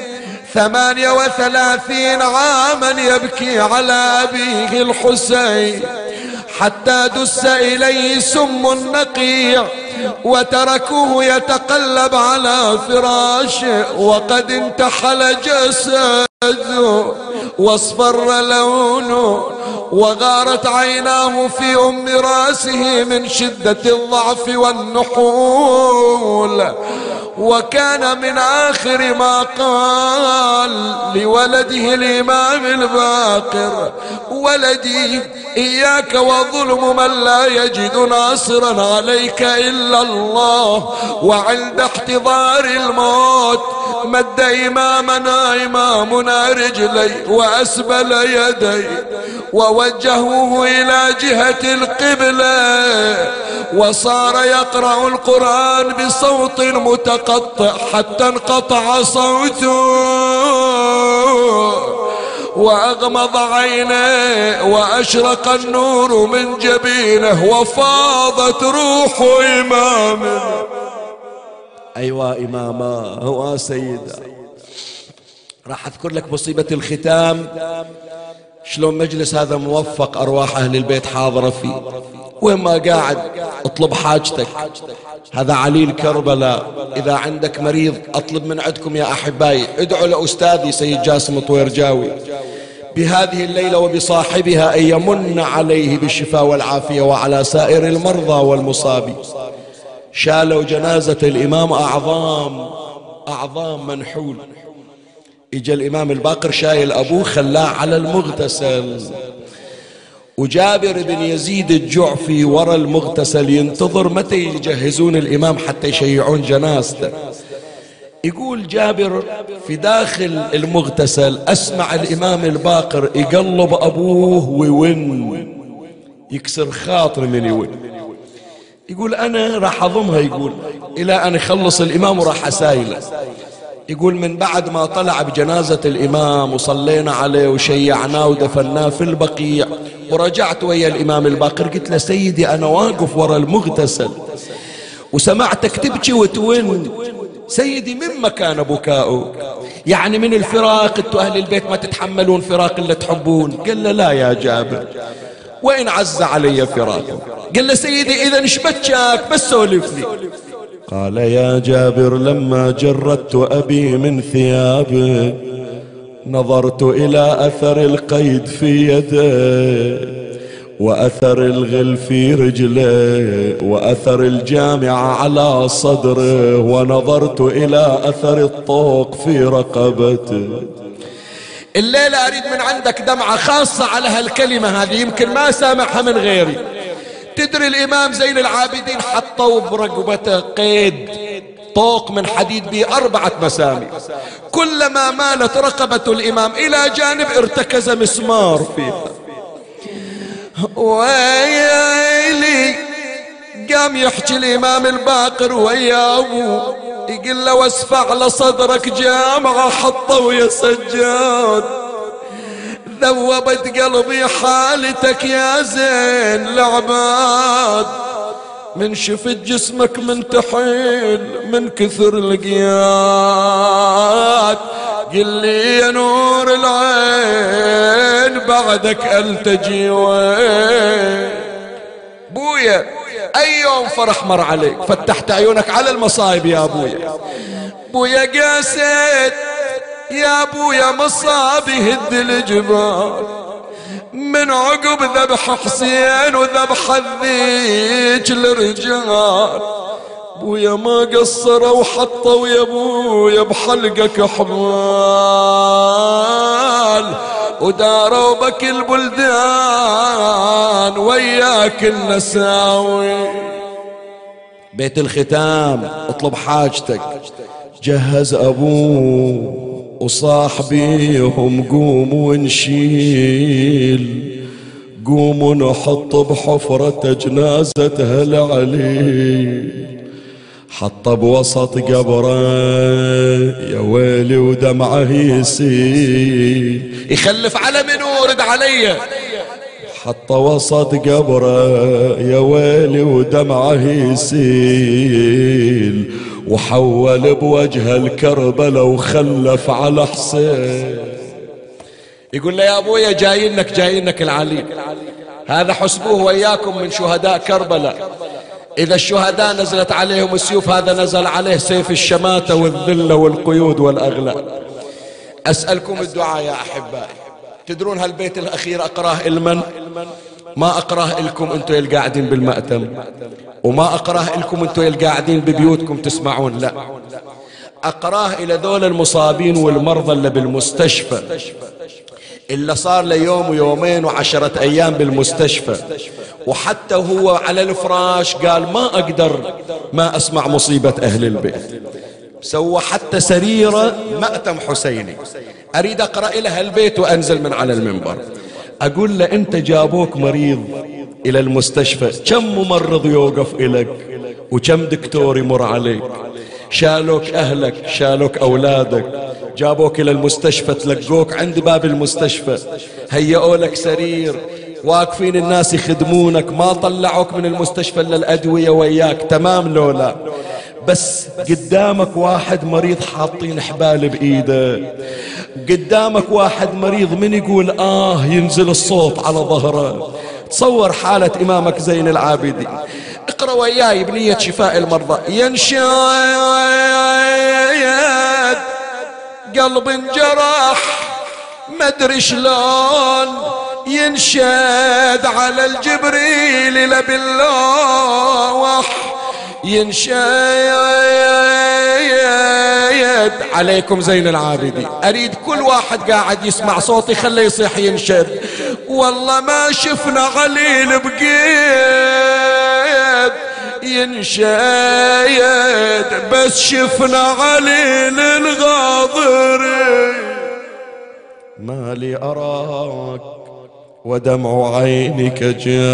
38 عاما يبكي على أبيه الحسين، حتى دس إليه سم النقيع وتركوه يتقلب على فراشه، وقد انتحل جسده واصفر لونه وغارت عيناه في أم راسه من شدة الضعف والنحول. وكان من آخر ما قال لولده الإمام الباقر: ولدي إياك وظلم من لا يجد ناصرا عليك إلا الله. وعند احتضار الموت مد إمامنا رجلي وأسبل يدي ووجهوه إلى جهة القبلة، وصار يقرأ القرآن بصوت متقطع حتى انقطع صوته، وأغمض عينيه وأشرق النور من جبينه وفاضت روح إمامه. أيوة إماما هو سيدة. راح أذكر لك مصيبة الختام، شلون مجلس هذا موفق، أرواح أهل البيت حاضرة فيه. وين ما قاعد اطلب حاجتك، هذا عليل كربلاء. إذا عندك مريض أطلب من عندكم يا أحبائي ادعوا لأستاذي سيد جاسم طويرجاوي بهذه الليلة وبصاحبها أن يمن عليه بالشفاء والعافية وعلى سائر المرضى والمصابين. شالوا جنازة الإمام أعظام منحول اجا الامام الباقر شايل ابوه خلاه على المغتسل، وجابر بن يزيد الجعفي ورا المغتسل ينتظر متى يجهزون الامام حتى يشيعون جنازته. يقول جابر في داخل المغتسل اسمع الامام الباقر يقلب ابوه ويون، يكسر خاطر من يون. يقول انا راح اضمها، يقول الى ان يخلص الامام وراح اسايله. يقول من بعد ما طلع بجنازة الامام وصلينا عليه وشيعناه ودفناه في البقيع، ورجعت ويا الامام الباقر قلت له سيدي انا واقف ورا المغتسل وسمعتك تبكي وتون، سيدي مما كان بكاؤك؟ يعني من الفراق؟ انتوا اهل البيت ما تتحملون فراق الا تحبون. قال له لا يا جابر، وإن عز علي فراقه. قال له سيدي إذا ايش بكاك؟ بس سولف لي. قال يا جابر لما جردت أبي من ثيابه نظرت إلى أثر القيد في يده وأثر الغل في رجله وأثر الجامعة على صدره ونظرت إلى أثر الطوق في رقبته. الليلة أريد من عندك دمعة خاصة على هالكلمة هذه، يمكن ما سامعها من غيري. تدري الإمام زين العابدين حطوا برقبته قيد طوق من حديد به 4 مسامير، كلما مالت رقبة الإمام إلى جانب ارتكز مسمار فيها. ويلي قام يحكي الإمام الباقر ويا أبوه يقول له واسفع على صدرك جامعة حطوا يا سجاد، ذوبت قلبي حالتك يا زين العباد، من شفت جسمك من تحيل من كثر القياد، قل لي يا نور العين بعدك التجي وين. بويا اي يوم فرح مر عليك فتحت عيونك على المصايب يا ابويا. بويا قاسيت يا ابويا مصاب يهد الجبال، من عقب ذبح حسين وذبح الذيك الرجال، بويا ما قصروا وحطوا يا بويا بحلقك حمال، وداروا بك البلدان وياك النساوي. بيت الختام اطلب حاجتك، جهز ابوه وصاحبيهم قوموا ونشيل، قوموا نحط بحفرة جنازة العلي، حط بوسط قبره يا ويلي ودمعه يسيل، يخلف على من ورد علي، حط وسط قبره يا ويلي ودمعه يسيل، وحول بوجه الكربلة وخلف على حسين. يقول له يا ابويا جايينك العلي، هذا حسبوه وياكم من شهداء كربلاء، إذا الشهداء نزلت عليهم السيوف هذا نزل عليه سيف الشماتة والذلة والقيود والأغلال. أسألكم الدعاء يا أحبائي، تدرون هالبيت الأخير أقراه إلمن؟ ما أقراه إلكم أنتوا اللي قاعدين بالمأتم، وما أقراه إلكم أنتوا اللي قاعدين ببيوتكم تسمعون، لا، أقراه إلى ذول المصابين والمرضى اللي بالمستشفى، إلا صار له يوم ويومين و10 أيام بالمستشفى، وحتى هو على الفراش قال ما أقدر ما أسمع مصيبة أهل البيت، سوى حتى سريرة مأتم حسيني. أريد أقرأ إلى البيت وأنزل من على المنبر أقول له أنت جابوك مريض إلى المستشفى، كم ممرض يوقف إلك وكم دكتور يمر عليك، شالوك أهلك شالوك أولادك، جابوك إلى المستشفى تلقوك عند باب المستشفى، هيئوا لك سرير، واقفين الناس يخدمونك، ما طلعوك من المستشفى إلا الأدوية وياك، تمام لولا بس قدامك واحد مريض حاطين حبال بإيده، قدامك واحد مريض من يقول ينزل الصوت على ظهره. تصور حالة إمامك زين العابدين. اقرأ وياي بنية شفاء المرضى. ينشد قلب انجرح مدري شلون، ينشد على الجبريل لباللوح، ينشد عليكم زين العابدين. أريد كل واحد قاعد يسمع صوتي خليه يصيح ينشد. والله ما شفنا علي البقيد ينشد، بس شفنا علي الغاضري. ما لي أراك ودمع عينك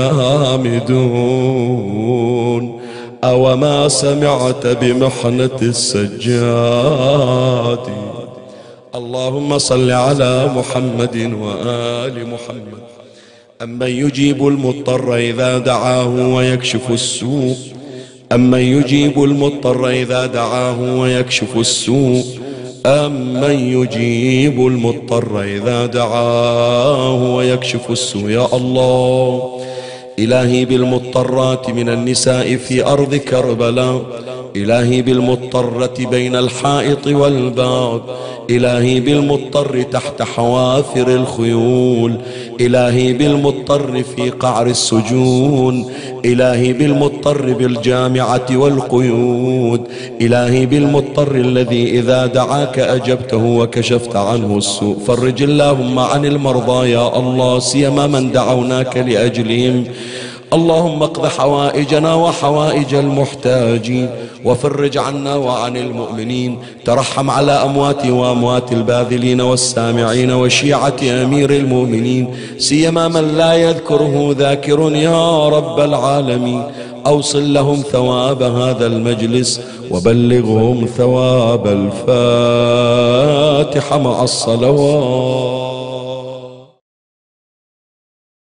جامدون، أو ما سمعت بمحنة السجاد. اللهم صل على محمد وآل محمد. أمن يجيب المضطر إذا دعاه ويكشف السوء، أمن يجيب المضطر إذا دعاه ويكشف السوء، أمن يجيب المضطر إذا دعاه ويكشف السوء. يا الله إلهي بالمضطرات من النساء في أرض كربلاء، إلهي بالمضطرة بين الحائط والباب، إلهي بالمضطر تحت حوافر الخيول، إلهي بالمضطر في قعر السجون، إلهي بالمضطر بالجامعة والقيود، إلهي بالمضطر الذي إذا دعاك أجبته وكشفت عنه السوء. فرج اللهم عن المرضى يا الله، سيما من دعوناك لأجلهم. اللهم اقض حوائجنا وحوائج المحتاجين، وفرج عنا وعن المؤمنين. ترحم على أمواتي وأموات الباذلين والسامعين وشيعة أمير المؤمنين، سيما من لا يذكره ذاكر يا رب العالمين. أوصل لهم ثواب هذا المجلس وبلغهم ثواب الفاتحة مع الصلوات.